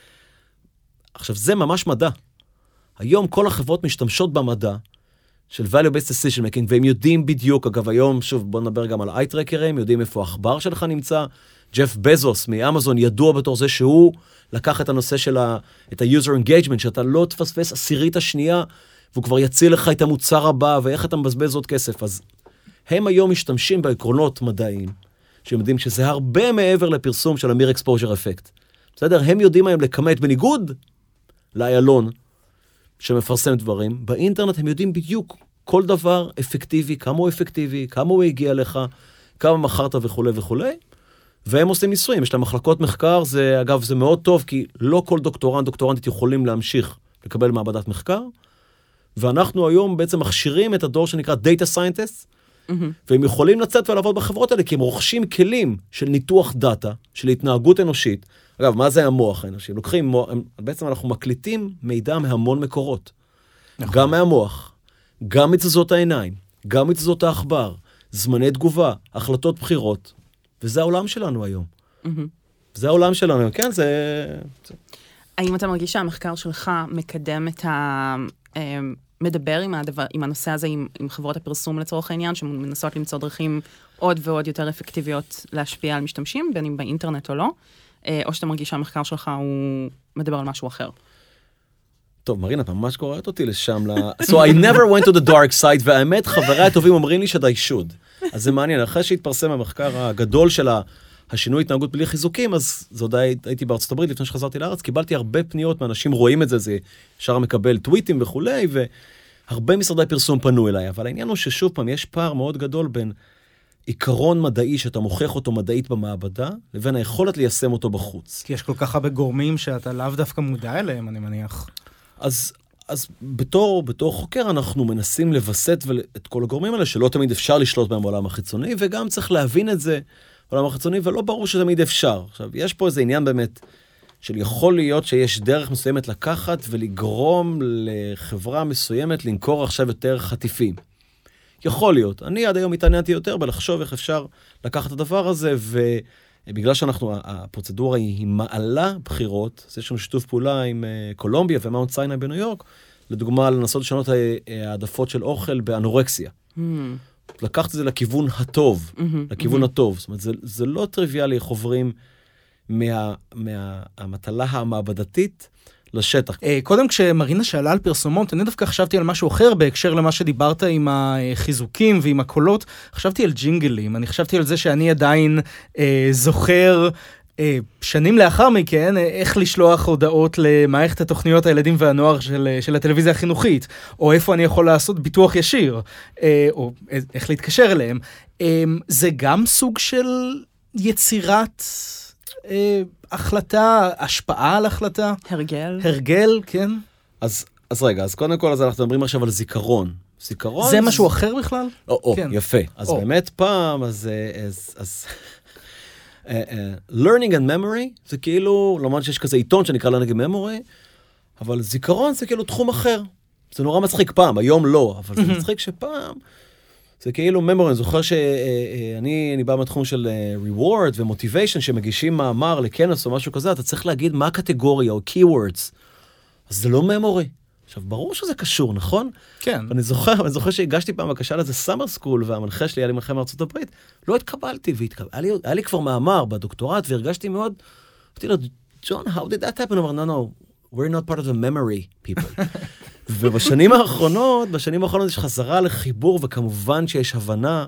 עכשיו, זה ממש מדע. היום כל החברות משתמשות במדע של value-based decision making, והם יודעים בדיוק, אגב, היום, שוב, בוא נדבר גם על eye-tracker, הם יודעים איפה האחבר שלך נמצא. ג'ף בזוס מאמזון ידוע בתור זה שהוא לקח את הנושא של ה, את ה-user engagement, שאתה לא תפספס עשירית השנייה, והוא כבר יציל לך את המוצר הבא, ואיך אתה מבזבז עוד כסף. אז הם היום משתמשים בעקרונות מדעיים, שהם יודעים שזה הרבה מעבר לפרסום של המיר אקספוז'ר אפקט. בסדר? הם יודעים היום לכמת בניגוד לאיילון, שמפרסם דברים, באינטרנט הם יודעים בדיוק כל דבר אפקטיבי, כמה הוא אפקטיבי, כמה הוא הגיע לך, כמה מכרת וכו' וכו'. והם עושים ניסויים, יש להם מחלקות מחקר, זה, אגב, זה מאוד טוב, כי לא כל דוקטורנט, דוקטורנטית יכולים להמשיך לקבל מעבדת מחקר, ואנחנו היום בעצם מכשירים את הדור שנקרא Data Scientists, mm-hmm. והם יכולים לצאת ולעבוד בחברות האלה, כי הם רוכשים כלים של ניתוח דאטה, של התנהגות אנושית. אגב, מה זה המוח האנושי? לוקחים, מוח, בעצם אנחנו מקליטים מידע מהמון מקורות. נכון. גם מהמוח, גם מתזוזות העיניים, גם מתזוזות העכבר, זמני תגובה, החלטות בחירות, וזה העולם שלנו היום. Mm-hmm. זה העולם שלנו, כן, זה... האם אתה מרגיש שהמחקר שלך מקדם את ה... מדבר עם, הדבר, עם הנושא הזה, עם, עם חברות הפרסום לצורך העניין, שמנסות למצוא דרכים עוד ועוד יותר אפקטיביות להשפיע על משתמשים, בין אם באינטרנט או לא, או שאתה מרגיש שהמחקר שלך הוא מדבר על משהו אחר? טוב, מרינה, אתה ממש קוראת אותי לשם. So I never went to the dark side, והאמת, חבריי הטובים אומרים לי שדי שוד. אז זה מעניין, אחרי שהתפרסם המחקר הגדול של השינוי התנהגות בלי חיזוקים, אז זה עוד הייתי בארצות הברית, לפני שחזרתי לארץ, קיבלתי הרבה פניות, מאנשים רואים את זה, זה ישר מקבל טוויטים וכולי, והרבה משרדי פרסום פנו אליי, אבל העניין הוא ששוב פעם, יש פער מאוד גדול בין עיקרון מדעי שאתה מוכיח אותו מדעית במעבדה, לבין היכולת ליישם אותו בחוץ. כי יש כל כך הרבה גורמים שאתה לאו דווקא מודע אליהם, אני מניח. אז, אז בתור, בתור חוקר אנחנו מנסים לבסט את כל הגורמים האלה, שלא תמיד אפשר לשלוט בהם בעולם החיצוני, וגם צריך להבין את זה בעולם החיצוני, ולא ברור שתמיד אפשר. עכשיו, יש פה איזה עניין באמת, של יכול להיות שיש דרך מסוימת לקחת, ולגרום לחברה מסוימת לנקור עכשיו יותר חטיפים. יכול להיות. אני עד היום התעניינתי יותר בלחשוב איך אפשר לקחת את הדבר הזה, ובגלל שאנחנו, הפרוצדורה היא מעלה בחירות, אז יש לנו שיתוף פעולה עם קולומביה ומאונט סיני בניו יורק, לדוגמה, לנסות לשנות העדפות של אוכל באנורקסיה. Mm. לקחת את זה לכיוון הטוב, mm-hmm, לכיוון mm-hmm. הטוב. זאת אומרת, זה, זה לא טריוויאלי איך עוברים מה, מה, המטלה המעבדתית לשטח. קודם כשמרינה שאלה על פרסומות, אני דווקא חשבתי על משהו אחר בהקשר למה שדיברת עם החיזוקים ועם הקולות, חשבתי על ג'ינגלים, אני חשבתי על זה שאני עדיין אה, זוכר אה, שנים לאחר מכן, איך לשלוח הודעות למערכת התוכניות הילדים והנוער של, של הטלוויזיה החינוכית, או איפה אני יכול לעשות ביטוח ישיר, אה, או איך להתקשר אליהם. אה, זה גם סוג של יצירת... אה, החלטה, השפעה על החלטה. הרגל. הרגל, כן. אז, אז רגע, אז קודם כל, אז אנחנו מדברים עכשיו על זיכרון. זיכרון... זה משהו אחר בכלל? או, או, כן. יפה. אז או. באמת פעם, אז... אז, אז uh, uh, learning and memory, זה כאילו, למרות שיש כזה עיתון שנקרא learning and memory, אבל זיכרון זה כאילו תחום אחר. זה נורא מצחיק פעם, היום לא, אבל זה מצחיק שפעם... זה כאילו memory, אני זוכר שאני אני בא מהתחום של reward ו-motivation, שמגישים מאמר לכנס או משהו כזה, אתה צריך להגיד מה הקטגוריה או keywords. אז זה לא memory. עכשיו, ברור שזה קשור, נכון? כן. ואני זוכר, אני זוכר שהגשתי פעם בקשה לזה סאמר סקול, והמנחה שלי היה לי מנחה מארצות הברית, לא התקבלתי, והתקבל, היה, לי, היה לי כבר מאמר בדוקטורט, והרגשתי מאוד, אמרתי לו, ג'ון, how did that happen? הוא אמר, no, no, we're not part of the memory people. ובשנים האחרונות, בשנים האחרונות יש חזרה לחיבור, וכמובן שיש הבנה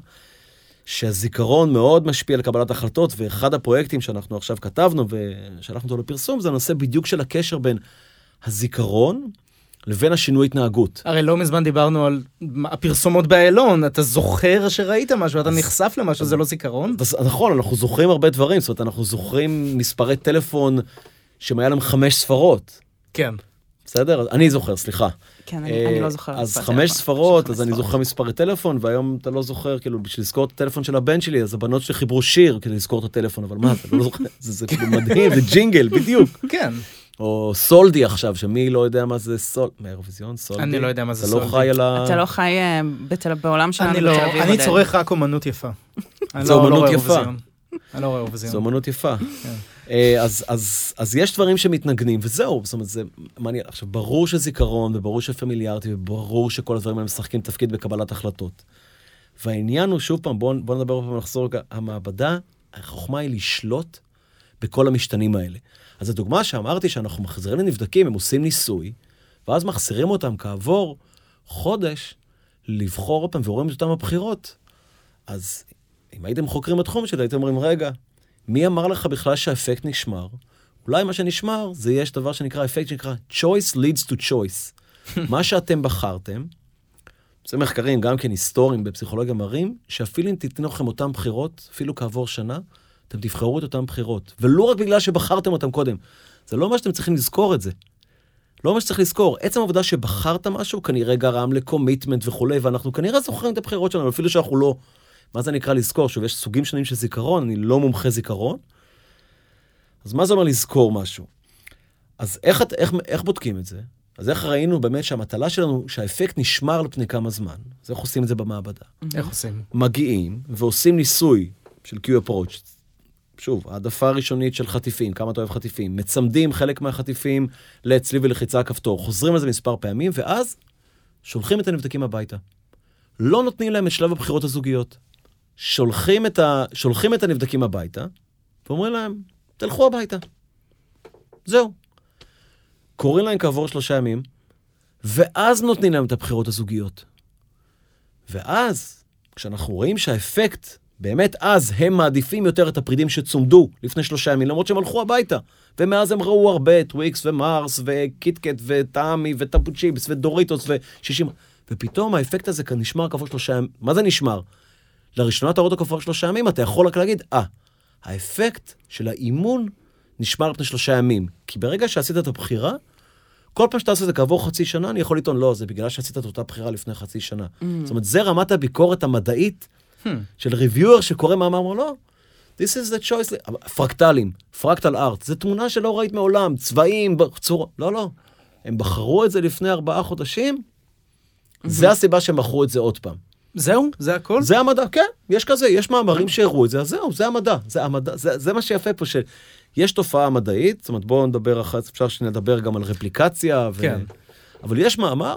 שהזיכרון מאוד משפיע על קבלת החלטות, ואחד הפרויקטים שאנחנו עכשיו כתבנו, ושלחנו אותו לפרסום, זה הנושא בדיוק של הקשר בין הזיכרון לבין השינוי התנהגות. הרי לא מזמן דיברנו על הפרסומות באלון, אתה זוכר שראית משהו, אתה נחשף למשהו, זה לא זיכרון? נכון, אנחנו זוכרים הרבה דברים, זאת אומרת, אנחנו זוכרים מספרי טלפון שהיה להם חמש ספרות. כן. בסדר? אני זוכר, סליחה. כן, אני לא זוכר. אז חמש ספרות, אז אני זוכר מספרי טלפון, והיום אתה לא זוכר, כאילו, בשביל לזכור את הטלפון של הבן שלי, אז הבנות שלי חיברו שיר כדי לזכור את הטלפון, אבל מה, אתה לא זוכר? זה כאילו מדהים, זה ג'ינגל, בדיוק. כן. או סולדי עכשיו, שמי לא יודע מה זה סולדי, מהאירוויזיון, סולדי. אני לא יודע מה זה סולדי. אתה לא חי על ה... אתה לא חי בעולם שלנו בתל אביב. אני צורך רק אומנות יפה. זה אומנות יפה. אני לא רואה אירוויזיון. זה אומנות יפה. אז, אז, אז יש דברים שמתנגנים, וזהו, זאת אומרת, זה מעניין. עכשיו, ברור שזיכרון, וברור שפמיליארטי, וברור שכל הדברים האלה משחקים תפקיד בקבלת החלטות. והעניין הוא, שוב פעם, בואו בוא נדבר פעם לחזור, המעבדה, החוכמה היא לשלוט בכל המשתנים האלה. אז הדוגמה שאמרתי שאנחנו מחזירים לנבדקים, הם עושים ניסוי, ואז מחזירים אותם כעבור חודש, לבחור אותם ורואים את אותם הבחירות. אז אם הייתם חוקרים בתחום שלי, הייתם אומרים, רגע, מי אמר לך בכלל שהאפקט נשמר? אולי מה שנשמר, זה יש דבר שנקרא, אפקט שנקרא choice leads to choice. מה שאתם בחרתם, זה מחקרים גם כן היסטוריים בפסיכולוגיה מראים, שאפילו אם תיתנו לכם אותם בחירות, אפילו כעבור שנה, אתם תבחרו את אותם בחירות. ולא רק בגלל שבחרתם אותם קודם. זה לא מה שאתם צריכים לזכור את זה. לא מה שצריך לזכור. עצם העובדה שבחרת משהו, כנראה גרם לקומיטמנט וכולי, ואנחנו כנראה זוכרים את הבחירות שלנו, אפילו שאנחנו לא... מה זה נקרא לזכור? שוב, יש סוגים שונים של זיכרון, אני לא מומחה זיכרון. אז מה זה אומר לזכור משהו? אז איך, איך, איך בודקים את זה? אז איך ראינו באמת שהמטלה שלנו, שהאפקט נשמר על פני כמה זמן. אז איך עושים את זה במעבדה? איך עושים? מגיעים ועושים ניסוי של Q-Approach. שוב, העדפה הראשונית של חטיפים, כמה אתה אוהב חטיפים, מצמדים חלק מהחטיפים לצליב ולחיצה הכפתור, חוזרים על זה מספר פעמים, ואז שולחים את הנבדקים הביתה. לא נותנים להם את שלב הבחירות הזוגיות. שולחים את, ה... שולחים את הנבדקים הביתה, ואומרים להם, תלכו הביתה. זהו. קוראים להם כעבור שלושה ימים, ואז נותנים להם את הבחירות הזוגיות. ואז, כשאנחנו רואים שהאפקט, באמת אז הם מעדיפים יותר את הפרידים שצומדו לפני שלושה ימים, למרות שהם הלכו הביתה. ומאז הם ראו הרבה, טוויקס ומרס וקיטקט וטעמי וטאפו צ'יפס ודוריטוס ושישים. ופתאום האפקט הזה כאן נשמר כעבור שלושה ימים. מה זה נשמר? לראשונה אתה רואה אותו כעבור שלושה ימים, אתה יכול רק להגיד, אה, האפקט של האימון נשמר לפני שלושה ימים. כי ברגע שעשית את הבחירה, כל פעם שאתה עושה את זה כעבור חצי שנה, אני יכול לטעון, לא, זה בגלל שעשית את אותה בחירה לפני חצי שנה. Mm. זאת אומרת, זה רמת הביקורת המדעית hmm. של ריוויואר שקורא מאמר, אומר, לא, this is the choice, פרקטלים, פרקטל ארט, זה תמונה שלא ראית מעולם, צבעים, צורה, לא, לא. הם בחרו את זה לפני ארבעה חודשים, mm-hmm. זה הסיבה שהם בחרו את זה עוד פעם. זהו? זה הכל? זה המדע, כן, יש כזה, יש מאמרים שהראו את זה, אז זהו, זה המדע, זה המדע, זה, זה מה שיפה פה, שיש תופעה מדעית, זאת אומרת, בואו נדבר אחרי, אפשר שנדבר גם על רפליקציה, ו... כן. אבל יש מאמר,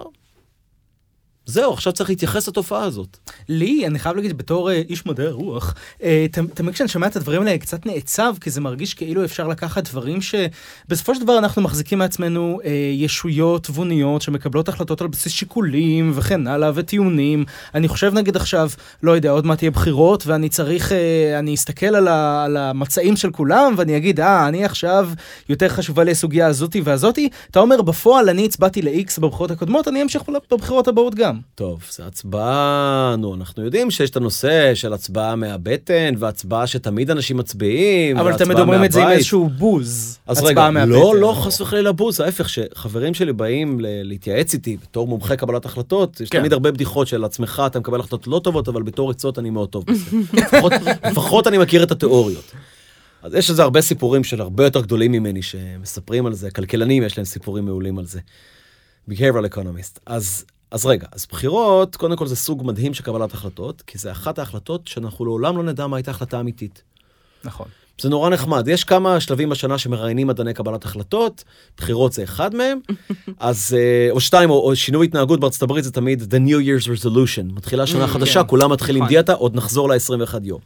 זהו, עכשיו צריך להתייחס לתופעה הזאת. לי, אני חייב להגיד, בתור איש מדעי הרוח, תמיד כשאני שומע את הדברים האלה, קצת נעצב, כי זה מרגיש כאילו אפשר לקחת דברים שבסופו של דבר אנחנו מחזיקים מעצמנו ישויות תבוניות, שמקבלות החלטות על בסיס שיקולים וכן הלאה, וטיעונים. אני חושב נגיד עכשיו, לא יודע, עוד מעט תהיה בחירות, ואני צריך, אני אסתכל על, ה, על המצעים של כולם, ואני אגיד, אה, אני עכשיו יותר חשובה לי הסוגיה הזאתי והזאתי. אתה אומר, בפועל, אני הצבעתי ל-X בבחירות הקודמות, אני אמשיך בבחירות הבאות גם. טוב, זה הצבעה, נו, אנחנו יודעים שיש את הנושא של הצבעה מהבטן, והצבעה שתמיד אנשים מצביעים, אבל תמיד אומרים את זה עם איזשהו בוז, אז רגע, לא, לא חס וחלילה בוז, ההפך, שחברים שלי באים להתייעץ איתי, בתור מומחה קבלת החלטות, יש תמיד הרבה בדיחות של עצמך, אתה מקבל החלטות לא טובות, אבל בתור עצות אני מאוד טוב בזה. לפחות אני מכיר את התיאוריות. אז יש לזה הרבה סיפורים של הרבה יותר גדולים ממני, שמספרים על זה, כלכלנים יש להם סיפורים מעולים על זה. Behavioral economist. אז אז רגע, אז בחירות, קודם כל זה סוג מדהים של קבלת החלטות, כי זה אחת ההחלטות שאנחנו לעולם לא נדע מה הייתה החלטה אמיתית. נכון. זה נורא נחמד. יש כמה שלבים בשנה שמראיינים מדעני קבלת החלטות, בחירות זה אחד מהם, אז, או שתיים, או, או שינוי התנהגות בארצות הברית זה תמיד the New Year's Resolution. מתחילה שנה חדשה, כולם מתחילים דיאטה, עוד נחזור ל-עשרים ואחד יום.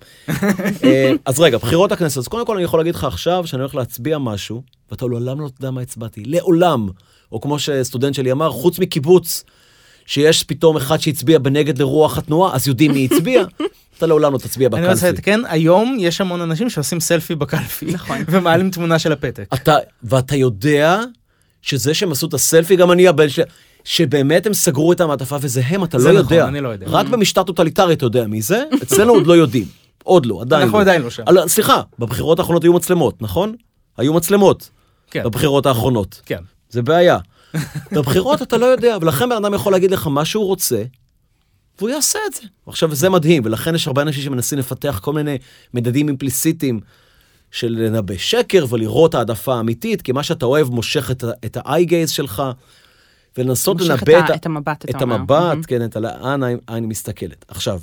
אז רגע, בחירות הכנסת, אז קודם כל אני יכול להגיד לך עכשיו שאני הולך להצביע משהו, ואתה לעולם לא תדע מה הצבעתי. לעולם. או כמו שסטודנט שלי אמר, חוץ מקיבוץ, שיש פתאום אחד שהצביע בנגד לרוח התנועה, אז יודעים מי הצביע, אתה לעולם לא תצביע בקלפי. אני רוצה לתקן, היום יש המון אנשים שעושים סלפי בקלפי, ומעלים תמונה של הפתק. ואתה יודע שזה שהם עשו את הסלפי, גם אני הבן ש... שבאמת הם סגרו את המעטפה, וזה הם, אתה לא יודע. אני לא יודע. רק במשטר טוטליטרי אתה יודע מי זה, אצלנו עוד לא יודעים. עוד לא, עדיין לא. אנחנו עדיין לא שם. סליחה, בבחירות האחרונות היו מצלמות, נכון? היו מצלמות. בבחירות האחרונות. כן. זה בעיה. בבחירות אתה לא יודע, ולכן בן אדם יכול להגיד לך מה שהוא רוצה, והוא יעשה את זה. עכשיו, זה מדהים, ולכן יש הרבה אנשים שמנסים לפתח כל מיני מדדים אימפליסיטיים של לנבא שקר, ולראות העדפה האמיתית, כי מה שאתה אוהב מושך את ה-eye gaze שלך, ולנסות לנבא את המבט, את המבט, כן, את לאן העין מסתכלת. עכשיו,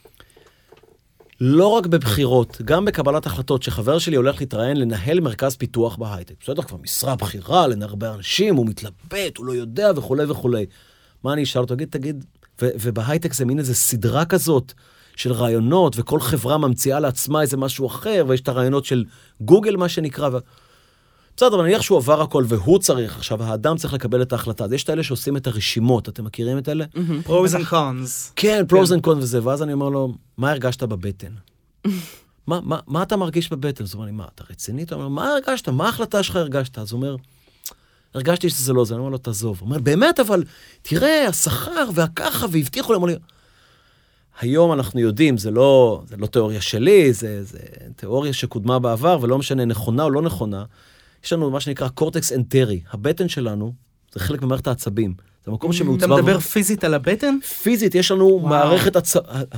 לא רק בבחירות, גם בקבלת החלטות, שחבר שלי הולך להתראיין לנהל מרכז פיתוח בהייטק. בסדר, כבר משרה בחירה, להרבה אנשים, הוא מתלבט, הוא לא יודע וכו' וכו'. מה אני אשאל אותו? תגיד, תגיד, ו- ובהייטק זה מין איזו סדרה כזאת של רעיונות, וכל חברה ממציאה לעצמה איזה משהו אחר, ויש את הרעיונות של גוגל, מה שנקרא, ו... בסדר, אבל נניח שהוא עבר הכל, והוא צריך, עכשיו האדם צריך לקבל את ההחלטה. אז יש את האלה שעושים את הרשימות, אתם מכירים את אלה? פרוז אנד קונס. כן, פרוז אנד קונס וזה, ואז אני אומר לו, מה הרגשת בבטן? מה, מה, מה אתה מרגיש בבטן? אז הוא אומר לי, מה, אתה רציני? אתה אומר, מה הרגשת? מה ההחלטה שלך הרגשת? אז הוא אומר, הרגשתי שזה לא זה, אני אומר לו, תעזוב. הוא אומר, באמת, אבל תראה, השכר והככה, והבטיחו לי, אמר לי, היום אנחנו יודעים, זה לא, זה לא תיאוריה שלי, זה, זה תיאוריה שקודמה בעבר, ולא משנה נכונה או לא נכונה. יש לנו מה שנקרא קורטקס אנטרי. הבטן שלנו, זה חלק ממערכת העצבים. זה מקום שמעוצבב... אתה מדבר פיזית על הבטן? פיזית, יש לנו מערכת עצב...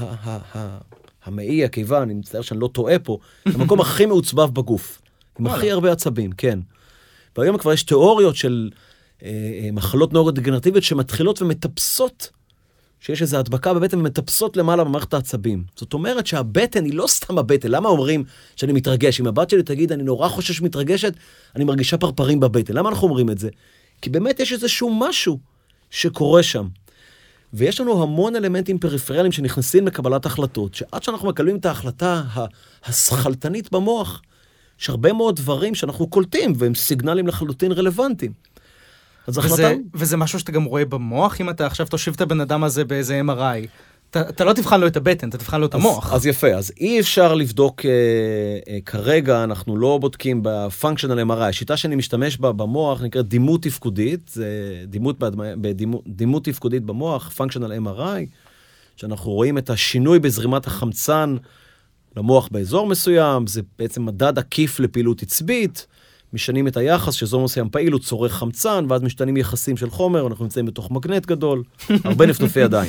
המעי, הקיבה, אני מצטער שאני לא טועה פה, זה המקום הכי מעוצבב בגוף. עם הכי הרבה עצבים, כן. והיום כבר יש תיאוריות של מחלות נוירודגנרטיביות שמתחילות ומטפסות, שיש איזו הדבקה בבטן ומטפסות למעלה במערכת העצבים. זאת אומרת שהבטן היא לא סתם הבטן. למה אומרים שאני מתרגש? אם הבת שלי תגיד, אני נורא חושש מתרגשת, אני מרגישה פרפרים בבטן. למה אנחנו אומרים את זה? כי באמת יש איזשהו משהו שקורה שם. ויש לנו המון אלמנטים פריפריאליים שנכנסים לקבלת החלטות, שעד שאנחנו מקבלים את ההחלטה הסכלתנית במוח, יש הרבה מאוד דברים שאנחנו קולטים, והם סיגנלים לחלוטין רלוונטיים. אז וזה, החלטה... וזה משהו שאתה גם רואה במוח, אם אתה עכשיו תושיב את הבן אדם הזה באיזה אם אר איי, אתה, אתה לא תבחן לו את הבטן, אתה תבחן לו את המוח. אז, אז יפה, אז אי אפשר לבדוק, אה, אה, כרגע אנחנו לא בודקים בפונקשיונל אם אר איי, השיטה שאני משתמש בה במוח נקראת דימות תפקודית, זה דימות, בדימות, דימות תפקודית במוח, פונקשיונל אם אר איי, שאנחנו רואים את השינוי בזרימת החמצן למוח באזור מסוים, זה בעצם מדד עקיף לפעילות עצבית, משנים את היחס, שאזור מסוים פעיל, הוא צורך חמצן, ואז משתנים יחסים של חומר, אנחנו נמצאים בתוך מגנט גדול, הרבה נפנופי ידיים.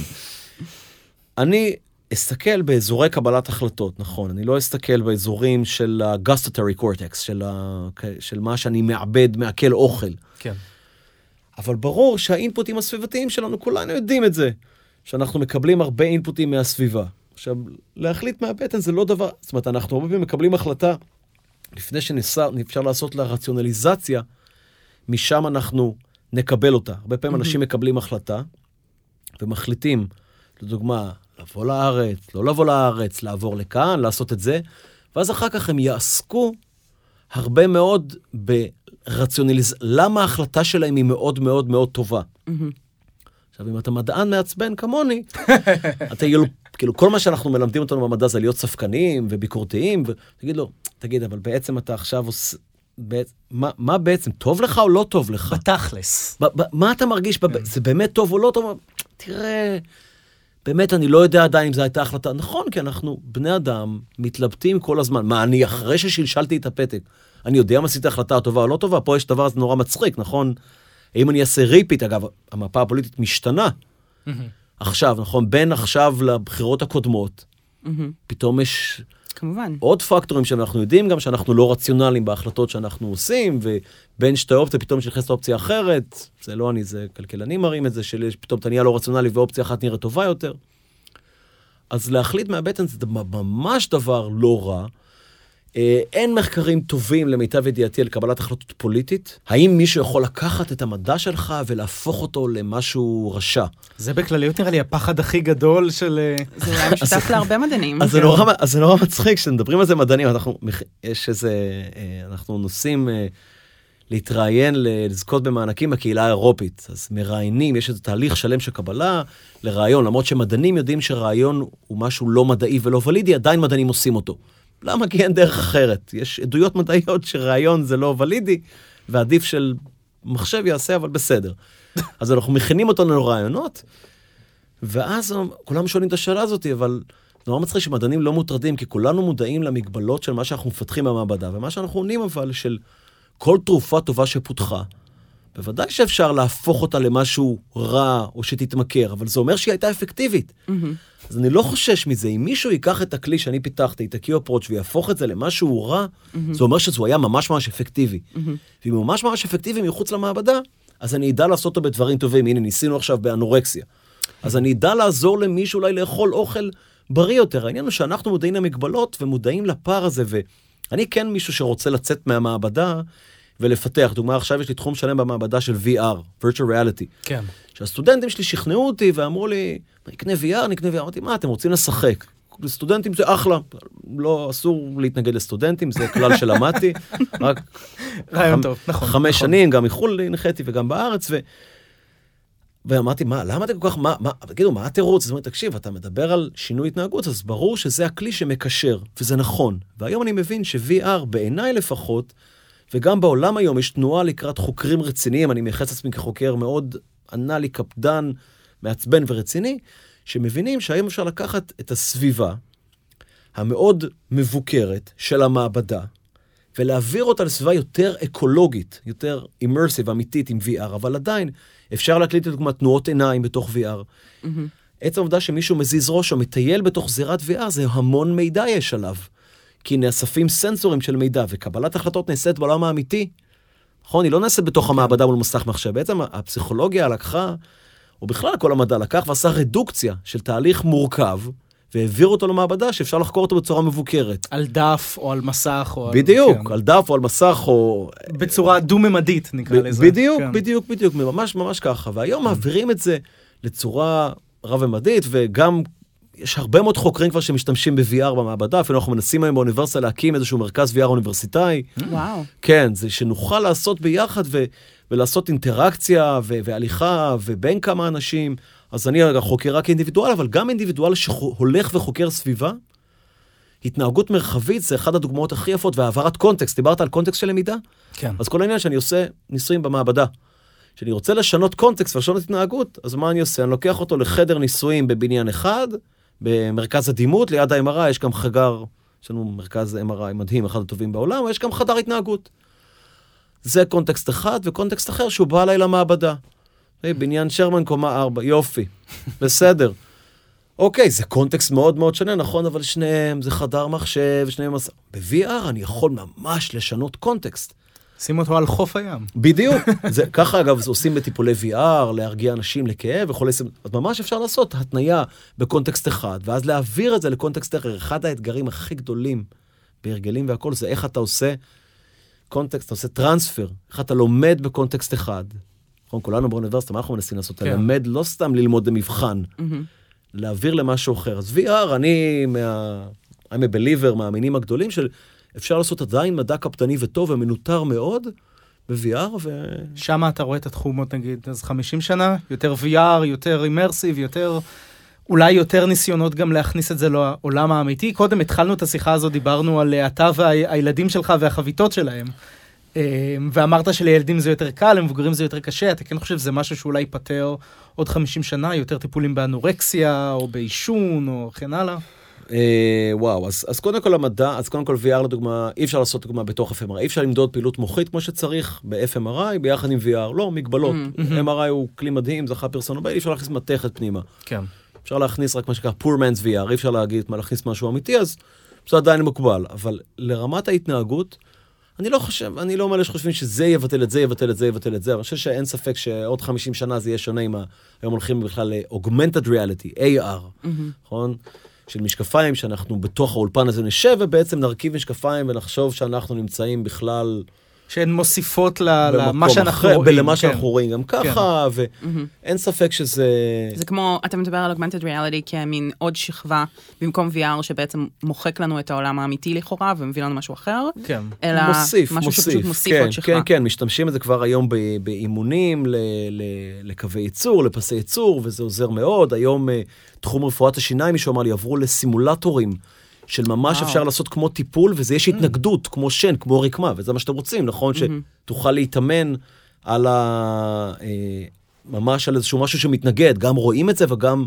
אני אסתכל באזורי קבלת החלטות, נכון, אני לא אסתכל באזורים של ה-gustatory cortex, של, ה... של מה שאני מעבד, מעכל אוכל. כן. אבל ברור שהאינפוטים הסביבתיים שלנו, כולנו יודעים את זה, שאנחנו מקבלים הרבה אינפוטים מהסביבה. עכשיו, להחליט מהבטן זה לא דבר, זאת אומרת, אנחנו הרבה פעמים מקבלים החלטה, לפני שאפשר לעשות לה רציונליזציה, משם אנחנו נקבל אותה. הרבה פעמים אנשים מקבלים החלטה, ומחליטים, לדוגמה, לבוא לארץ, לא לבוא לארץ, לעבור לכאן, לעשות את זה, ואז אחר כך הם יעסקו הרבה מאוד ברציונליז... למה ההחלטה שלהם היא מאוד מאוד מאוד טובה. עכשיו, אם אתה מדען מעצבן כמוני, אתה כאילו, כאילו, כל מה שאנחנו מלמדים אותנו במדע זה להיות ספקניים וביקורתיים, ותגיד לו, תגיד, אבל בעצם אתה עכשיו עושה... בעצם, מה, מה בעצם? טוב לך או לא טוב לך? בתכלס. ב, ב, מה אתה מרגיש? ב, זה באמת טוב או לא טוב? תראה, באמת אני לא יודע עדיין אם זו הייתה החלטה. נכון, כי אנחנו בני אדם מתלבטים כל הזמן. מה, אני אחרי ששלשלתי את הפתק, אני יודע מה עשיתי החלטה טובה או לא טובה? פה יש דבר הזה נורא מצחיק, נכון? אם אני אעשה ריפיט, אגב, המפה הפוליטית משתנה. עכשיו, נכון, בין עכשיו לבחירות הקודמות, פתאום יש... כמובן. עוד פקטורים שאנחנו יודעים גם שאנחנו לא רציונליים בהחלטות שאנחנו עושים, ובין שתי אופציה פתאום שנכנסת אופציה אחרת, זה לא אני, זה כלכלנים מראים את זה, שפתאום אתה נהיה לא רציונלי ואופציה אחת נראית טובה יותר. אז להחליט מהבטן זה ממש דבר לא רע. אין מחקרים טובים למיטב ידיעתי על קבלת החלטות פוליטית. האם מישהו יכול לקחת את המדע שלך ולהפוך אותו למשהו רשע? זה בכלליות נראה לי הפחד הכי גדול של... זה אולי משותף להרבה מדענים. אז זה נורא מצחיק, כשנדברים על זה מדענים, יש איזה, אנחנו נוסעים להתראיין, לזכות במענקים בקהילה האירופית. אז מראיינים, יש איזה תהליך שלם של קבלה לרעיון, למרות שמדענים יודעים שרעיון הוא משהו לא מדעי ולא ולידי, עדיין מדענים עושים אותו. למה? כי אין דרך אחרת. יש עדויות מדעיות שרעיון זה לא ולידי, ועדיף של מחשב יעשה, אבל בסדר. אז אנחנו מכינים אותנו לרעיונות, ואז כולם שואלים את השאלה הזאת, אבל זה נורא מצחיק שמדענים לא מוטרדים, כי כולנו מודעים למגבלות של מה שאנחנו מפתחים במעבדה, ומה שאנחנו עונים אבל של כל תרופה טובה שפותחה, בוודאי שאפשר להפוך אותה למשהו רע או שתתמכר, אבל זה אומר שהיא הייתה אפקטיבית. Mm-hmm. אז אני לא חושש מזה. אם מישהו ייקח את הכלי שאני פיתחתי, את ה-Q-Approach, ויהפוך את זה למשהו רע, mm-hmm. זה אומר שזה היה ממש ממש אפקטיבי. Mm-hmm. ואם הוא ממש ממש אפקטיבי מחוץ למעבדה, אז אני אדע לעשות אותו בדברים טובים. הנה, ניסינו עכשיו באנורקסיה. אז אני אדע לעזור למישהו אולי לאכול אוכל בריא יותר. העניין הוא שאנחנו מודעים למגבלות ומודעים לפער הזה, ואני כן מישהו שרוצה לצאת מהמעבדה ולפתח. דוגמה, עכשיו יש לי תחום שלם במעבדה של וי אר, Virtual Reality. כן. שהסטודנטים שלי שכנעו אותי ואמרו לי, נקנה וי אר, נקנה וי אר. אמרתי, מה, אתם רוצים לשחק? לסטודנטים זה אחלה. לא, אסור להתנגד לסטודנטים, זה כלל שלמדתי. רק רעיון טוב, נכון. חמש שנים, גם מחול נחתי וגם בארץ, ו... ואמרתי, מה, למה אתה כל כך, מה, מה, תגידו, מה התירוץ? זאת אומרת, תקשיב, אתה מדבר על שינוי התנהגות, אז ברור שזה הכלי שמקשר, וזה נכון. והיום אני מבין ש-וי אר, בעיניי לפחות, וגם בעולם היום יש תנועה לקראת חוקרים רציניים, אני מייחס עצמי כחוקר מאוד אנלי, קפדן, מעצבן ורציני, שמבינים שהיום אפשר לקחת את הסביבה המאוד מבוקרת של המעבדה, ולהעביר אותה לסביבה יותר אקולוגית, יותר immersive, אמיתית עם וי אר, אבל עדיין אפשר להקליט לדוגמה תנועות עיניים בתוך וי אר. Mm-hmm. עצם העובדה שמישהו מזיז ראש או מטייל בתוך זירת וי אר, זה המון מידע יש עליו. כי נאספים סנסורים של מידע, וקבלת החלטות נעשית בעולם האמיתי. נכון? היא לא נעשית בתוך המעבדה מול מסך מחשב. בעצם הפסיכולוגיה לקחה, או בכלל כל המדע לקח, ועשה רדוקציה של תהליך מורכב, והעביר אותו למעבדה שאפשר לחקור אותו בצורה מבוקרת. על דף או על מסך או... בדיוק, כן. על דף או על מסך או... בצורה דו-ממדית נקרא לזה. בדיוק, כן. בדיוק, בדיוק, ממש ממש ככה. והיום מעבירים את זה לצורה רב-ממדית, וגם יש הרבה מאוד חוקרים כבר שמשתמשים ב-וי אר במעבדה, אפילו אנחנו מנסים היום באוניברסיטה להקים איזשהו מרכז וי אר אוניברסיטאי. וואו. כן, זה שנוכל לעשות ביחד ו- ולעשות אינטראקציה ו- והליכה ובין כמה אנשים. אז אני חוקר רק אינדיבידואל, אבל גם אינדיבידואל שהולך וחוקר סביבה, התנהגות מרחבית זה אחד הדוגמאות הכי יפות, והעברת קונטקסט. דיברת על קונטקסט של למידה? כן. אז כל העניין שאני עושה ניסויים במעבדה. שאני רוצה לשנות קונטקסט ולשנות התנהגות, אז מה אני עושה? אני לוקח אותו לחדר ניסויים בבניין אחד, במרכז הדימות, ליד ה-אם אר איי, יש גם חגר, יש לנו מרכז אם אר איי מדהים, אחד הטובים בעולם, ויש גם חדר התנהגות. זה קונטקסט אחד, וקונטקסט אחר שהוא בא אליי למעבדה. בניין שרמן קומה ארבע, יופי, בסדר. אוקיי, זה קונטקסט מאוד מאוד שונה, נכון, אבל שניהם, זה חדר מחשב, שניהם... ב-וי אר אני יכול ממש לשנות קונטקסט. שים אותו על חוף הים. בדיוק. זה, ככה, אגב, זה עושים בטיפולי וי אר, להרגיע אנשים לכאב וכולי. אז ממש אפשר לעשות התניה בקונטקסט אחד, ואז להעביר את זה לקונטקסט אחר. אחד האתגרים הכי גדולים בהרגלים והכל, זה איך אתה עושה קונטקסט, אתה עושה טרנספר, איך אתה לומד בקונטקסט אחד. נכון, כולנו באוניברסיטה, מה אנחנו מנסים לעשות? כן. ללמד לא סתם ללמוד במבחן, mm-hmm. להעביר למשהו אחר. אז וי אר, אני מה... I'm a believer, מהאמינים הגדולים של... אפשר לעשות עדיין מדע קפדני וטוב ומנותר מאוד ב-וי אר ו... שם אתה רואה את התחומות, נגיד, אז חמישים שנה, יותר וי אר, יותר אימרסיב, יותר... אולי יותר ניסיונות גם להכניס את זה לעולם האמיתי. קודם התחלנו את השיחה הזו, דיברנו על אתה והילדים שלך והחביתות שלהם. ואמרת שלילדים זה יותר קל, למבוגרים זה יותר קשה. אתה כן חושב שזה משהו שאולי ייפטר עוד חמישים שנה, יותר טיפולים באנורקסיה או בעישון או כן הלאה? וואו, אז, אז קודם כל המדע, אז קודם כל וי אר לדוגמה, אי אפשר לעשות דוגמה בתוך אף אם אר איי, אי אפשר למדוד פעילות מוחית כמו שצריך ב-אף אם אר איי, ביחד עם וי אר, לא, מגבלות. אם אר איי הוא כלי מדהים, זכה פרסונובל, אי אפשר להכניס מתכת פנימה. כן. אפשר להכניס רק מה שקרה poor man's וי אר, אי אפשר להגיד, מה להכניס משהו אמיתי, אז זה עדיין מוגבל. אבל לרמת ההתנהגות, אני לא חושב, אני לא אומר שחושבים שזה יבטל את זה, יבטל את זה, יבטל את זה, אבל אני חושב שאין ספק שעוד חמישים שנה זה יהיה שונה עם היום הולכים בכלל ל-augmented reality, איי אר, נכון? של משקפיים שאנחנו בתוך האולפן הזה נשב, ובעצם נרכיב משקפיים ונחשוב שאנחנו נמצאים בכלל... שהן מוסיפות למה שאנחנו רואים. למה שאנחנו רואים גם ככה, ואין ספק שזה... זה כמו, אתה מדבר על augmented reality כמין עוד שכבה, במקום וי אר שבעצם מוחק לנו את העולם האמיתי לכאורה, ומביא לנו משהו אחר. כן. אלא משהו שפשוט מוסיף עוד שכבה. כן, כן, משתמשים את זה כבר היום באימונים, לקווי ייצור, לפסי ייצור, וזה עוזר מאוד. היום תחום רפואת השיניים, מישהו אמר לי, עברו לסימולטורים, של ממש אפשר לעשות כמו טיפול, וזה יש התנגדות, כמו שן, כמו רקמה, וזה מה שאתם רוצים, נכון? שתוכל להתאמן על ה... ממש על איזשהו משהו שמתנגד, גם רואים את זה, וגם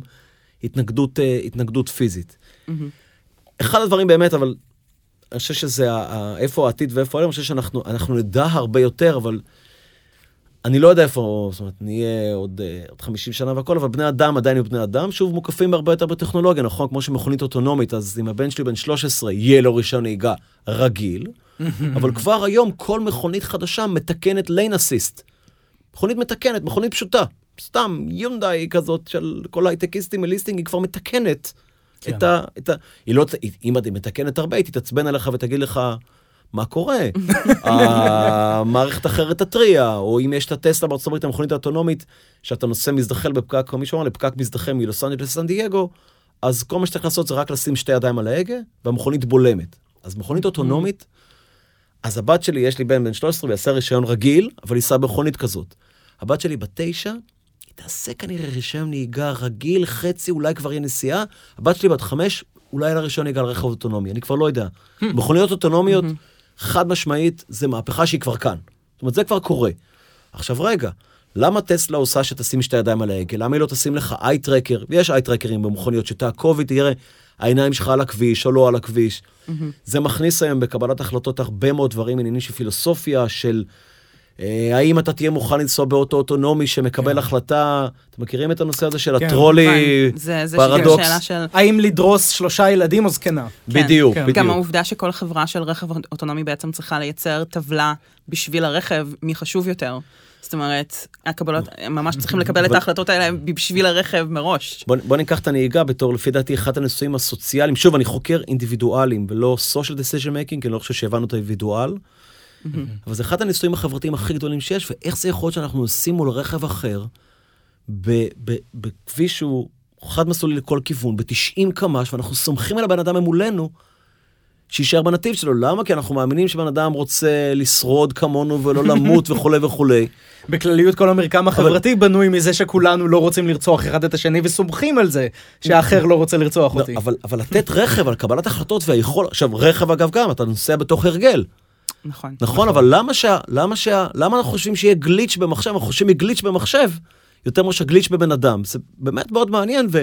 התנגדות פיזית. אחד הדברים באמת, אבל אני חושב שזה איפה העתיד ואיפה העולם, אני חושב שאנחנו נדע הרבה יותר, אבל אני לא יודע איפה, זאת אומרת, נהיה עוד, עוד חמישים שנה והכל, אבל בני אדם עדיין יהיו בני אדם, שוב מוקפים הרבה יותר בטכנולוגיה, נכון? כמו שמכונית אוטונומית, אז אם הבן שלי בן שלוש עשרה, יהיה לו רישיון נהיגה רגיל, אבל כבר היום כל מכונית חדשה מתקנת lane assist. מכונית מתקנת, מכונית פשוטה. סתם, יונדאי כזאת של כל הייטקיסטים, הליסטינג, היא כבר מתקנת. כן. את ה, את ה, היא לא, אם היא מתקנת הרבה, היא תתעצבן עליך ותגיד לך, מה קורה? המערכת אחרת תטריע, או אם יש את הטסלה בארצות הברית, המכונית האוטונומית, שאתה נוסע מזדחל בפקק, כמו מישהו אמר, לפקק מזדחל מלוס אנג'לס לסן דייגו, אז כל מה שצריך לעשות זה רק לשים שתי ידיים על ההגה, והמכונית בולמת. אז מכונית אוטונומית, אז הבת שלי, יש לי בן בן שלוש עשרה, ויעשה רישיון רגיל, אבל ייסע במכונית כזאת. הבת שלי בתשע, היא תעשה כנראה רישיון נהיגה רגיל, חצי, אולי כבר יהיה נסיעה. הבת שלי בת חמש, אולי לה רישיון נהיגה על רכב אוטונומי, אני כבר לא יודע. מכוניות אוטונומיות, חד משמעית, זה מהפכה שהיא כבר כאן. זאת אומרת, זה כבר קורה. עכשיו רגע, למה טסלה עושה שתשים שתי ידיים על ההגה? למה היא לא תשים לך איי-טרקר? ויש איי-טרקרים במכוניות שתעקוב ותראה העיניים שלך על הכביש או לא על הכביש. Mm-hmm. זה מכניס היום בקבלת החלטות הרבה מאוד דברים, עניינים של פילוסופיה, של אה, האם אתה תהיה מוכן לנסוע באוטו אוטונומי שמקבל כן. החלטה, אתם מכירים את הנושא הזה של כן. הטרולי זה, זה פרדוקס? שאלה של... האם לדרוס שלושה ילדים או זקנה? כן. בדיוק, כן. בדיוק. גם העובדה שכל חברה של רכב אוטונומי בעצם צריכה לייצר טבלה בשביל הרכב, מי חשוב יותר. זאת אומרת, הקבלות, ממש צריכים לקבל את ההחלטות האלה בשביל הרכב מראש. בוא, בוא ניקח את הנהיגה בתור, לפי דעתי, אחד הניסויים הסוציאליים. שוב, אני חוקר אינדיבידואלים, ולא social decision making, כי אני לא חושב שהבנו את האינדיבידואל. אבל זה אחד הניסויים החברתיים הכי גדולים שיש, ואיך זה יכול להיות שאנחנו עושים מול רכב אחר, בכביש שהוא חד מסלולי לכל כיוון, ב-תשעים קמ"ש, ואנחנו סומכים על הבן אדם ממולנו, שישאר בנתיב שלו. למה? כי אנחנו מאמינים שבן אדם רוצה לשרוד כמונו ולא למות וכו' וכו'. בכלליות כל המרקם החברתי בנוי מזה שכולנו לא רוצים לרצוח אחד את השני וסומכים על זה שהאחר לא רוצה לרצוח אותי. אבל, אבל לתת רכב על קבלת החלטות והיכול, עכשיו רכב אגב גם, אתה נוסע בתוך הרגל. נכון. נכון, אבל למה שה, למה שה, למה אנחנו חושבים שיהיה גליץ' במחשב? אנחנו חושבים מגליץ' במחשב יותר מאשר גליץ' בבן אדם. זה באמת מאוד מעניין ו...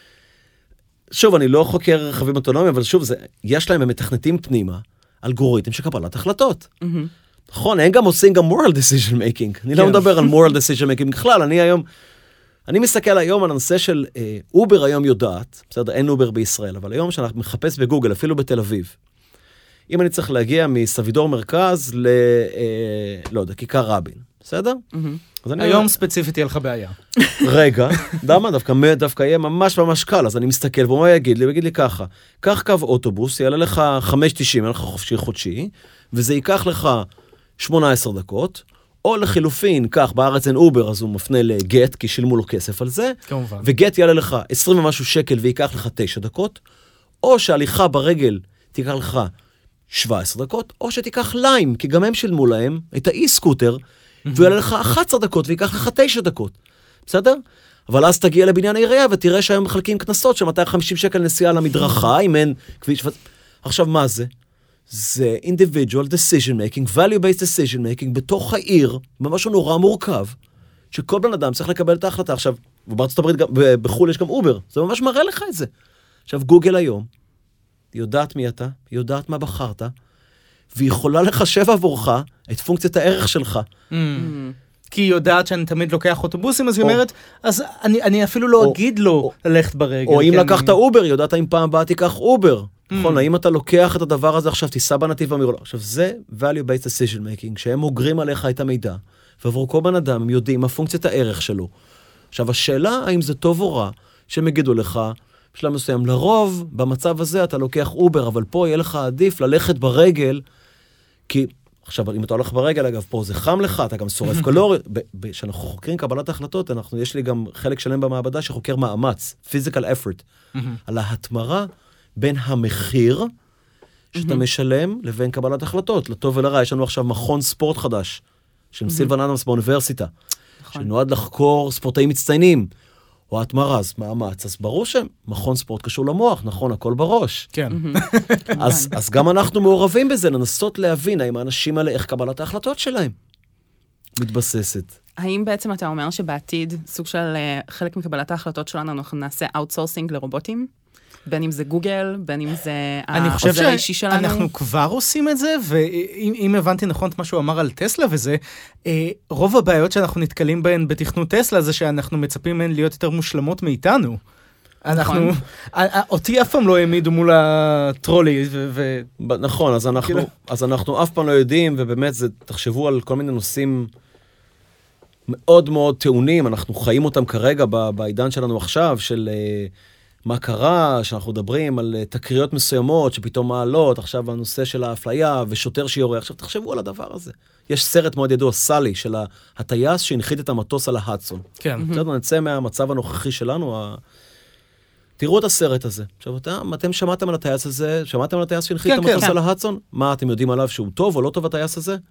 שוב, אני לא חוקר רכבים אוטונומיים, אבל שוב, זה, יש להם מתכנתים פנימה, אלגוריתם של קבלת החלטות. Mm-hmm. נכון, הם גם עושים גם moral decision making. אני לא מדבר על moral decision making בכלל, אני היום, אני מסתכל היום על הנושא של אה, אובר היום יודעת, בסדר, אין אובר בישראל, אבל היום שאנחנו מחפש בגוגל, אפילו בתל אביב, אם אני צריך להגיע מסבידור מרכז ל, אה, לא יודע, כיכר רבין, בסדר? Mm-hmm. היום ספציפית יהיה לך בעיה. רגע, דמה, דווקא, דווקא יהיה ממש ממש קל, אז אני מסתכל, והוא יגיד לי, ויגיד לי ככה, קח קו אוטובוס, יעלה לך חמש תשעים, יעלה לך חופשי חודשי, וזה ייקח לך שמונה עשרה דקות, או לחילופין, כך, בארץ אין אובר, אז הוא מפנה לגט, כי שילמו לו כסף על זה, כמובן. וגט יעלה לך עשרים ומשהו שקל, ויקח לך תשע דקות, או שהליכה ברגל תיקח לך שבע עשרה דקות, או שתיקח ליים, כי גם הם שילמו להם את האי-סקוטר, והוא יעלה לך אחת עשרה דקות, ויקח לך תשע דקות. בסדר? אבל אז תגיע לבניין העירייה, ותראה שהיום מחלקים כנסות של מאתיים וחמישים שקל נסיעה למדרכה, אם אין כביש... עכשיו, מה זה? זה individual decision making, value-based decision making, בתוך העיר, ממש נורא מורכב, שכל בן אדם צריך לקבל את ההחלטה. עכשיו, בארצות הברית, בחול יש גם אובר, זה ממש מראה לך את זה. עכשיו, גוגל היום, היא יודעת מי אתה, היא יודעת מה בחרת, והיא יכולה לחשב עבורך את פונקציית הערך שלך. כי היא יודעת שאני תמיד לוקח אוטובוסים, אז היא אומרת, אז אני אפילו לא אגיד לו ללכת ברגל. או אם לקחת אובר, היא יודעת האם פעם הבאה תיקח אובר. נכון, האם אתה לוקח את הדבר הזה עכשיו, תיסע בנתיב המהיר. עכשיו, זה value-based decision making, שהם מוגרים עליך את המידע, ועבור כל בן אדם הם יודעים מה פונקציית הערך שלו. עכשיו, השאלה, האם זה טוב או רע, שהם יגידו לך, בשלב מסוים, לרוב, במצב הזה אתה לוקח אובר, אבל פה יהיה לך עדיף ללכת ברגל, כי, עכשיו, אם אתה הולך ברגל, אגב, פה זה חם לך, אתה גם שורף קלוריות. כשאנחנו חוקרים קבלת ההחלטות, אנחנו, יש לי גם חלק שלם במעבדה שחוקר מאמץ, physical effort, על ההתמרה בין המחיר שאתה משלם לבין קבלת החלטות. לטוב ולרע, יש לנו עכשיו מכון ספורט חדש, של סילבן אדמס באוניברסיטה, שנועד לחקור ספורטאים מצטיינים, או התמרה, אז מאמץ. אז ברור שמכון ספורט קשור למוח, נכון, הכל בראש. כן. אז, אז גם אנחנו מעורבים בזה, לנסות להבין האם האנשים האלה, איך קבלת ההחלטות שלהם מתבססת. האם בעצם אתה אומר שבעתיד, סוג של חלק מקבלת ההחלטות שלנו, אנחנו נעשה אאוטסורסינג לרובוטים? בין אם זה גוגל, בין אם זה העוזר האישי שלנו. אני חושב שאנחנו כבר עושים את זה, ואם הבנתי נכון את מה שהוא אמר על טסלה וזה, רוב הבעיות שאנחנו נתקלים בהן בתכנות טסלה, זה שאנחנו מצפים מהן להיות יותר מושלמות מאיתנו. אנחנו, אותי אף פעם לא העמידו מול הטרולי. נכון, אז אנחנו אף פעם לא יודעים, ובאמת תחשבו על כל מיני נושאים מאוד מאוד טעונים, אנחנו חיים אותם כרגע בעידן שלנו עכשיו, של מה קרה, שאנחנו מדברים על תקריות מסוימות שפתאום מעלות, עכשיו הנושא של האפליה ושוטר שיורה, עכשיו תחשבו על הדבר הזה. יש סרט מאוד ידוע, סלי, של הטייס שהנחית את המטוס על ההדסון. כן. בסדר, נצא מהמצב הנוכחי שלנו, ה... תראו את הסרט הזה. עכשיו, אתם, אתם שמעתם על הטייס הזה, שמעתם על הטייס שהנחית את המטוס על ההדסון? מה, אתם יודעים עליו שהוא טוב או לא טוב הטייס הזה?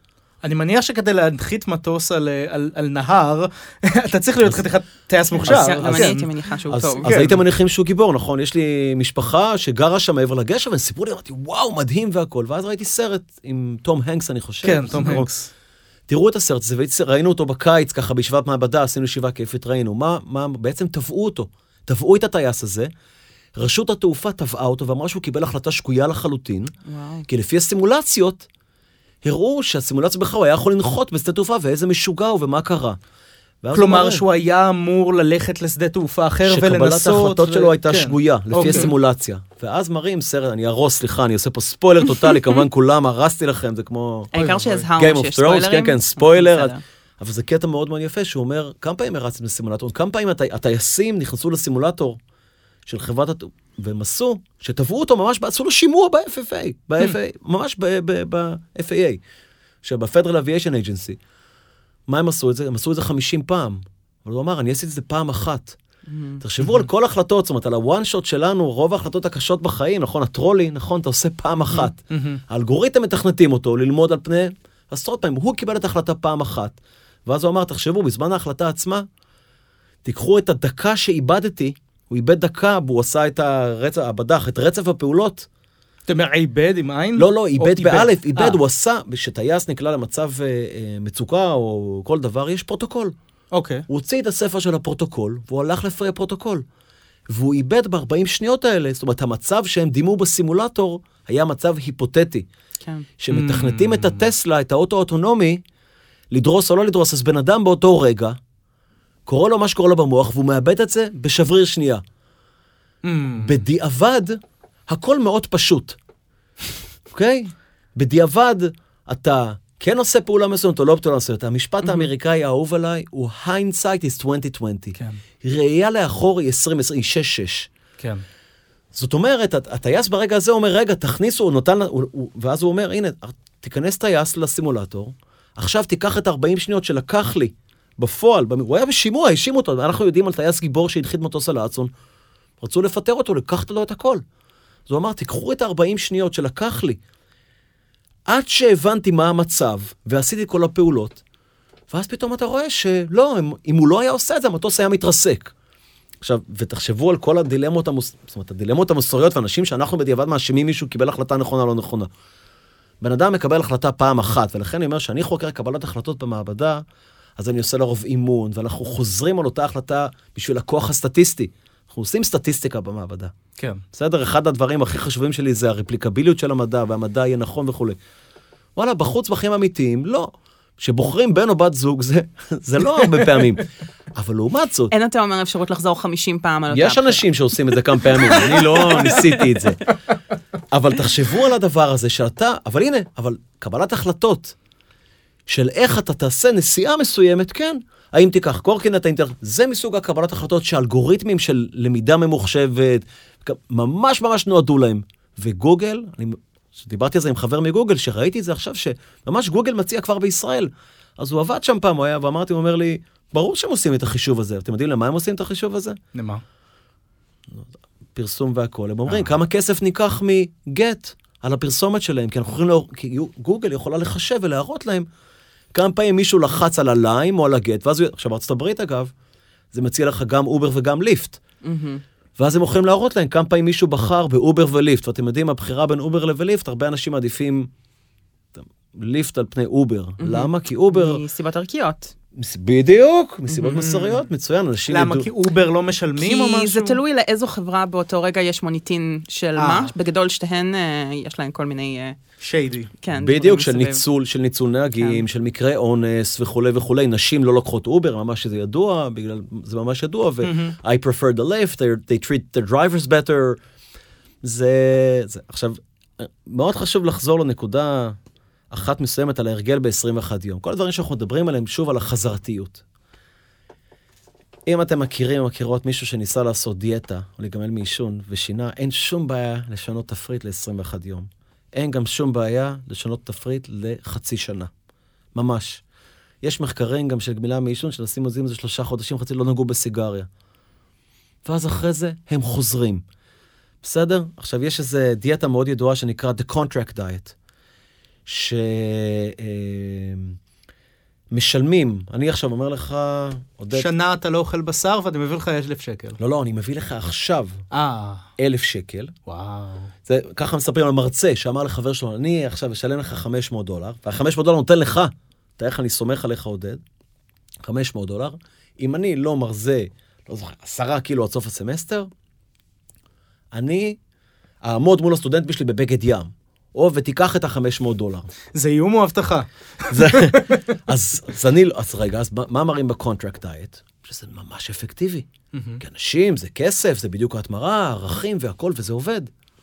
אני מניח שכדי להנחית מטוס על, על, על נהר, אתה צריך להיות חתיכת טייס מוכשר. גם אני הייתי מניחה שהוא טוב. אז הייתם מניחים שהוא גיבור, נכון? יש לי משפחה שגרה שם מעבר לגשר, והם סיפרו לי, אמרתי, וואו, מדהים והכל. ואז ראיתי סרט עם תום הנקס, אני חושב. כן, תום הנקס. תראו את הסרט הזה, ראינו אותו בקיץ, ככה בישיבת מעבדה, עשינו ישיבה כיפית, ראינו. מה, מה, בעצם תבעו אותו. תבעו את הטייס הזה. רשות התעופה תבעה אותו, ואמרה שהוא קיבל החלטה שגויה לחלוטין. וואו. כי לפי הסימולציות, הראו שהסימולציה בכלל הוא היה יכול לנחות בשדה תעופה, ואיזה משוגע הוא ומה קרה. כלומר שהוא היה אמור ללכת לשדה תעופה אחר ולנסות. שקבלת ההחלטות שלו הייתה שגויה, לפי הסימולציה. ואז מראים סרט, אני ארוס, סליחה, אני עושה פה ספוילר טוטלי, כמובן כולם הרסתי לכם, זה כמו... העיקר שהזהרנו שיש ספוילרים. כן, כן, ספוילר. אבל זה קטע מאוד מאוד יפה, שהוא אומר, כמה פעמים הרסתם לסימולטור, כמה פעמים הטייסים נכנסו לסימולטור של חברת התעופה, והם עשו, שטבעו אותו ממש, עשו לו שימוע ב-אף אף איי, ממש ב-אף איי איי, שב-Federal Aviation Agency. מה הם עשו את זה? הם עשו את זה חמישים פעם. אבל הוא אמר, אני עשיתי את זה פעם אחת. תחשבו על כל החלטות, זאת אומרת, על הוואן שוט שלנו, רוב ההחלטות הקשות בחיים, נכון, הטרולי, נכון, אתה עושה פעם אחת. האלגוריתם מתכנתים אותו, ללמוד על פני עשרות פעמים. הוא קיבל את ההחלטה פעם אחת. ואז הוא אמר, תחשבו, בזמן ההחלטה עצמה, תיקחו את הדקה שאיבדתי, הוא איבד דקה, והוא עשה את הרצף, הבדח, את רצף הפעולות. אתה אומר, איבד עם עין? לא, לא, איבד באלף, איבד, הוא עשה, כשטייס נקלע למצב מצוקה או כל דבר, יש פרוטוקול. אוקיי. הוא הוציא את הספר של הפרוטוקול, והוא הלך לפי הפרוטוקול. והוא איבד ב-ארבעים שניות האלה, זאת אומרת, המצב שהם דימו בסימולטור, היה מצב היפותטי. כן. שמתכנתים את הטסלה, את האוטו האוטונומי, לדרוס או לא לדרוס, אז בן אדם באותו רגע, קורא לו מה שקורא לו במוח, והוא מאבד את זה בשבריר שנייה. בדיעבד, הכל מאוד פשוט. אוקיי? בדיעבד, אתה כן עושה פעולה מסוימת או לא פעולה מסוימת. המשפט האמריקאי האהוב עליי הוא hindsight is twenty twenty. כן. ראייה לאחור היא עשרים עשרים, היא שש שש. כן. זאת אומרת, הטייס ברגע הזה אומר, רגע, תכניסו, הוא נותן, הוא, הוא, ואז הוא אומר, הנה, תיכנס טייס לסימולטור, עכשיו תיקח את ארבעים שניות שלקח לי בפועל, הוא היה בשימוע, האשימו אותו, אנחנו יודעים על טייס גיבור שהתחיל מטוס על האצון, רצו לפטר אותו, לקחת לו את הכל. אז הוא אמר, תיקחו את ארבעים שניות שלקח לי, עד שהבנתי מה המצב, ועשיתי כל הפעולות, ואז פתאום אתה רואה שלא, אם הוא לא היה עושה את זה, המטוס היה מתרסק. עכשיו, ותחשבו על כל הדילמות, המוס... זאת אומרת, הדילמות המוסריות, ואנשים שאנחנו בדיעבד מאשימים מישהו קיבל החלטה נכונה או לא נכונה. בן אדם מקבל החלטה פעם אחת, ולכן אני אומר שאני חוקר קבלת החלטות במעבדה, אז אני עושה לרוב אימון, ואנחנו חוזרים על אותה החלטה בשביל הכוח הסטטיסטי. אנחנו עושים סטטיסטיקה במעבדה. כן. בסדר, אחד הדברים הכי חשובים שלי זה הרפליקביליות של המדע, והמדע יהיה נכון וכו'. וואלה, בחוץ בחיים אמיתיים, לא. שבוחרים בן או בת זוג, זה, זה לא הרבה פעמים. אבל לעומת זאת... אין אתה אומר אפשרות לחזור חמישים פעם על אותה... יש אנשים שעושים את זה כמה פעמים, אני לא ניסיתי את זה. אבל תחשבו על הדבר הזה שאתה, אבל הנה, אבל קבלת החלטות של איך אתה תעשה נסיעה מסוימת, כן, האם תיקח קורקינט, האם תיקח... זה מסוג הקבלת החלטות שאלגוריתמים של למידה ממוחשבת, ממש ממש נועדו להם. וגוגל, אני... דיברתי על זה עם חבר מגוגל, שראיתי את זה עכשיו, שממש גוגל מציע כבר בישראל. אז הוא עבד שם פעם, הוא היה, ואמרתי, הוא אומר לי, ברור שהם עושים את החישוב הזה. אתם יודעים למה הם עושים את החישוב הזה? למה? פרסום והכל. הם אומרים, כמה כסף ניקח מגט על הפרסומת שלהם, כי אנחנו יכולים, לה... כי גוגל יכולה לחשב ולהראות להם, כמה פעמים מישהו לחץ על הליים או על הגט, ואז הוא... עכשיו, ארצות הברית, אגב, זה מציע לך גם אובר וגם ליפט. ואז הם יכולים להראות להם כמה פעמים מישהו בחר באובר וליפט, ואתם יודעים, הבחירה בין אובר ולליפט, הרבה אנשים מעדיפים ליפט על פני אובר. למה? כי אובר... מסיבות ערכיות. בדיוק, מסיבות מסוריות, מצוין. למה? כי אובר לא משלמים או משהו? כי זה תלוי לאיזו חברה באותו רגע יש מוניטין של מה. בגדול שתיהן יש להן כל מיני... שיידי. כן. בדיוק, של ניצול, של ניצול נהגים, של מקרי אונס וכו' וכו'. נשים לא לוקחות אובר, ממש שזה ידוע, בגלל, זה ממש ידוע, ו- I prefer the lift, they, they treat the drivers better. זה, זה, עכשיו, מאוד חשוב לחזור לנקודה אחת מסוימת על ההרגל ב-עשרים ואחד יום. כל הדברים שאנחנו מדברים עליהם, שוב על החזרתיות. אם אתם מכירים או מכירות מישהו שניסה לעשות דיאטה, או לגמל מעישון ושינה, אין שום בעיה לשנות תפריט ל-עשרים ואחד יום. אין גם שום בעיה לשנות תפריט לחצי שנה. ממש. יש מחקרים גם של גמילה מעישון, שנשים עוזים איזה שלושה חודשים, חצי לא נגעו בסיגריה. ואז אחרי זה הם חוזרים. בסדר? עכשיו יש איזו דיאטה מאוד ידועה שנקרא The Contract Diet, שמשלמים, אני עכשיו אומר לך, עודד... שנה אתה לא אוכל בשר ואני מביא לך אלף שקל. לא, לא, אני מביא לך עכשיו אה. אלף שקל. וואו. זה, ככה מספרים על מרצה שאמר לחבר שלו, אני עכשיו אשלם לך חמש מאות דולר, וה-חמש מאות דולר נותן לך, תראה איך אני סומך עליך עודד, חמש מאות דולר, אם אני לא מרזה, לא זוכר, עשרה קילו עד סוף הסמסטר, אני אעמוד מול הסטודנט בשלי בבגד ים, או ותיקח את ה-חמש מאות דולר. זה איום או הבטחה? זה, אז, אז אני, אז רגע, אז מה מראים בקונטרקט דיאט? שזה ממש אפקטיבי. Mm-hmm. כי אנשים, זה כסף, זה בדיוק ההתמרה, ערכים והכל, וזה עובד.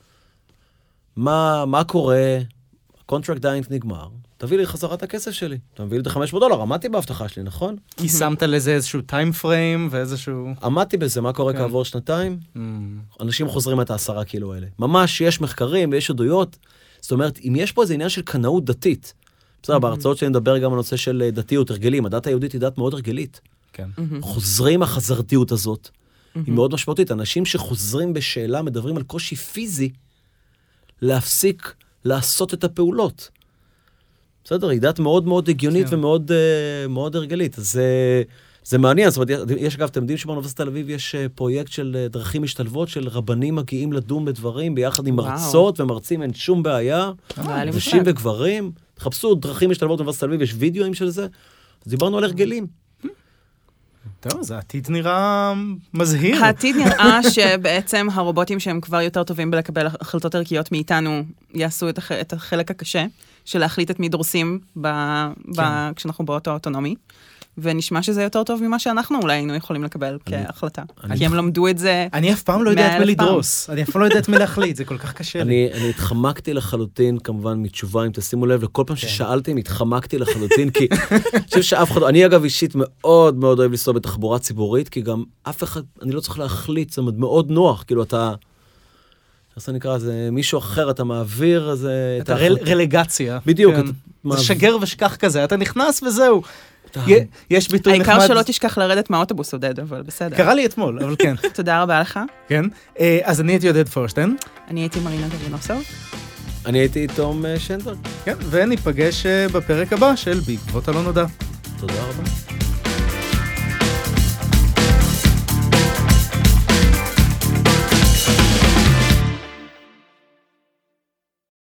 מה, מה קורה? הקונטרקט דיאט נגמר, תביא לי חזרת הכסף שלי. אתה מביא לי את ה-חמש מאות דולר, עמדתי בהבטחה שלי, נכון? כי שמת לזה איזשהו טיים פריים ואיזשהו... עמדתי בזה, מה קורה כעבור שנתיים? אנשים חוזרים את העשרה קילו האלה. ממש יש מחקרים ויש עדויות. זאת אומרת, אם יש פה איזה עניין של קנאות דתית, בסדר, בהרצאות שלי נדבר גם על נושא של דתיות, הרגלים. הדת היהודית היא דת מאוד הרגלית. כן. חוזרים החזרתיות הזאת. היא מאוד משמעותית. אנשים שחוזרים בשאלה מדברים על קושי פיזי להפסיק לעשות את הפעולות. בסדר, היא דת מאוד מאוד הגיונית כן. ומאוד uh, מאוד הרגלית. אז זה, זה מעניין. זאת אומרת, יש אגב, אתם יודעים שבאוניברסיטת תל אביב יש פרויקט של דרכים משתלבות, של רבנים מגיעים לדון בדברים, ביחד עם וואו. מרצות ומרצים, אין שום בעיה. נשים וגברים. תחפשו דרכים משתלבות באוניברסיטת תל אביב, יש וידאוים של זה. אז דיברנו על הרגלים. טוב, זה העתיד נראה מזהיר. העתיד נראה שבעצם הרובוטים שהם כבר יותר טובים בלקבל החלטות ערכיות מאיתנו, יעשו את, הח... את החלק הקשה, של להחליט את מי דורסים ב... כן. ב... כשאנחנו באוטו אוטונומי, ונשמע שזה יותר טוב ממה שאנחנו אולי היינו יכולים לקבל אני... כהחלטה. אני... כי הם למדו את זה... אני אף פעם לא יודע את מי לדרוס. אני אף פעם לא יודע את מי להחליט, זה כל כך קשה אני, לי. אני התחמקתי לחלוטין, כמובן, מתשובה, אם תשימו לב, לכל פעם כן. ששאלתי, התחמקתי לחלוטין, כי אני חושב שאף אחד... אני אגב אישית מאוד מאוד אוהב לנסוע בתחבורה ציבורית, כי גם אף אחד, אני לא צריך להחליט, זאת אומרת, מאוד נוח, כאילו אתה... איך זה נקרא, זה מישהו אחר, אתה מעביר, זה... את הרלגציה. בדיוק. זה שגר ושכח כזה, אתה נכנס וזהו. יש ביטוי נחמד. העיקר שלא תשכח לרדת מהאוטובוס עודד, אבל בסדר. קרה לי אתמול, אבל כן. תודה רבה לך. כן. אז אני הייתי עודד פורשטיין. אני הייתי מרינה גרינוסוב. אני הייתי תום שנדלר. כן, וניפגש בפרק הבא של בעקבות הלא נודע. תודה רבה.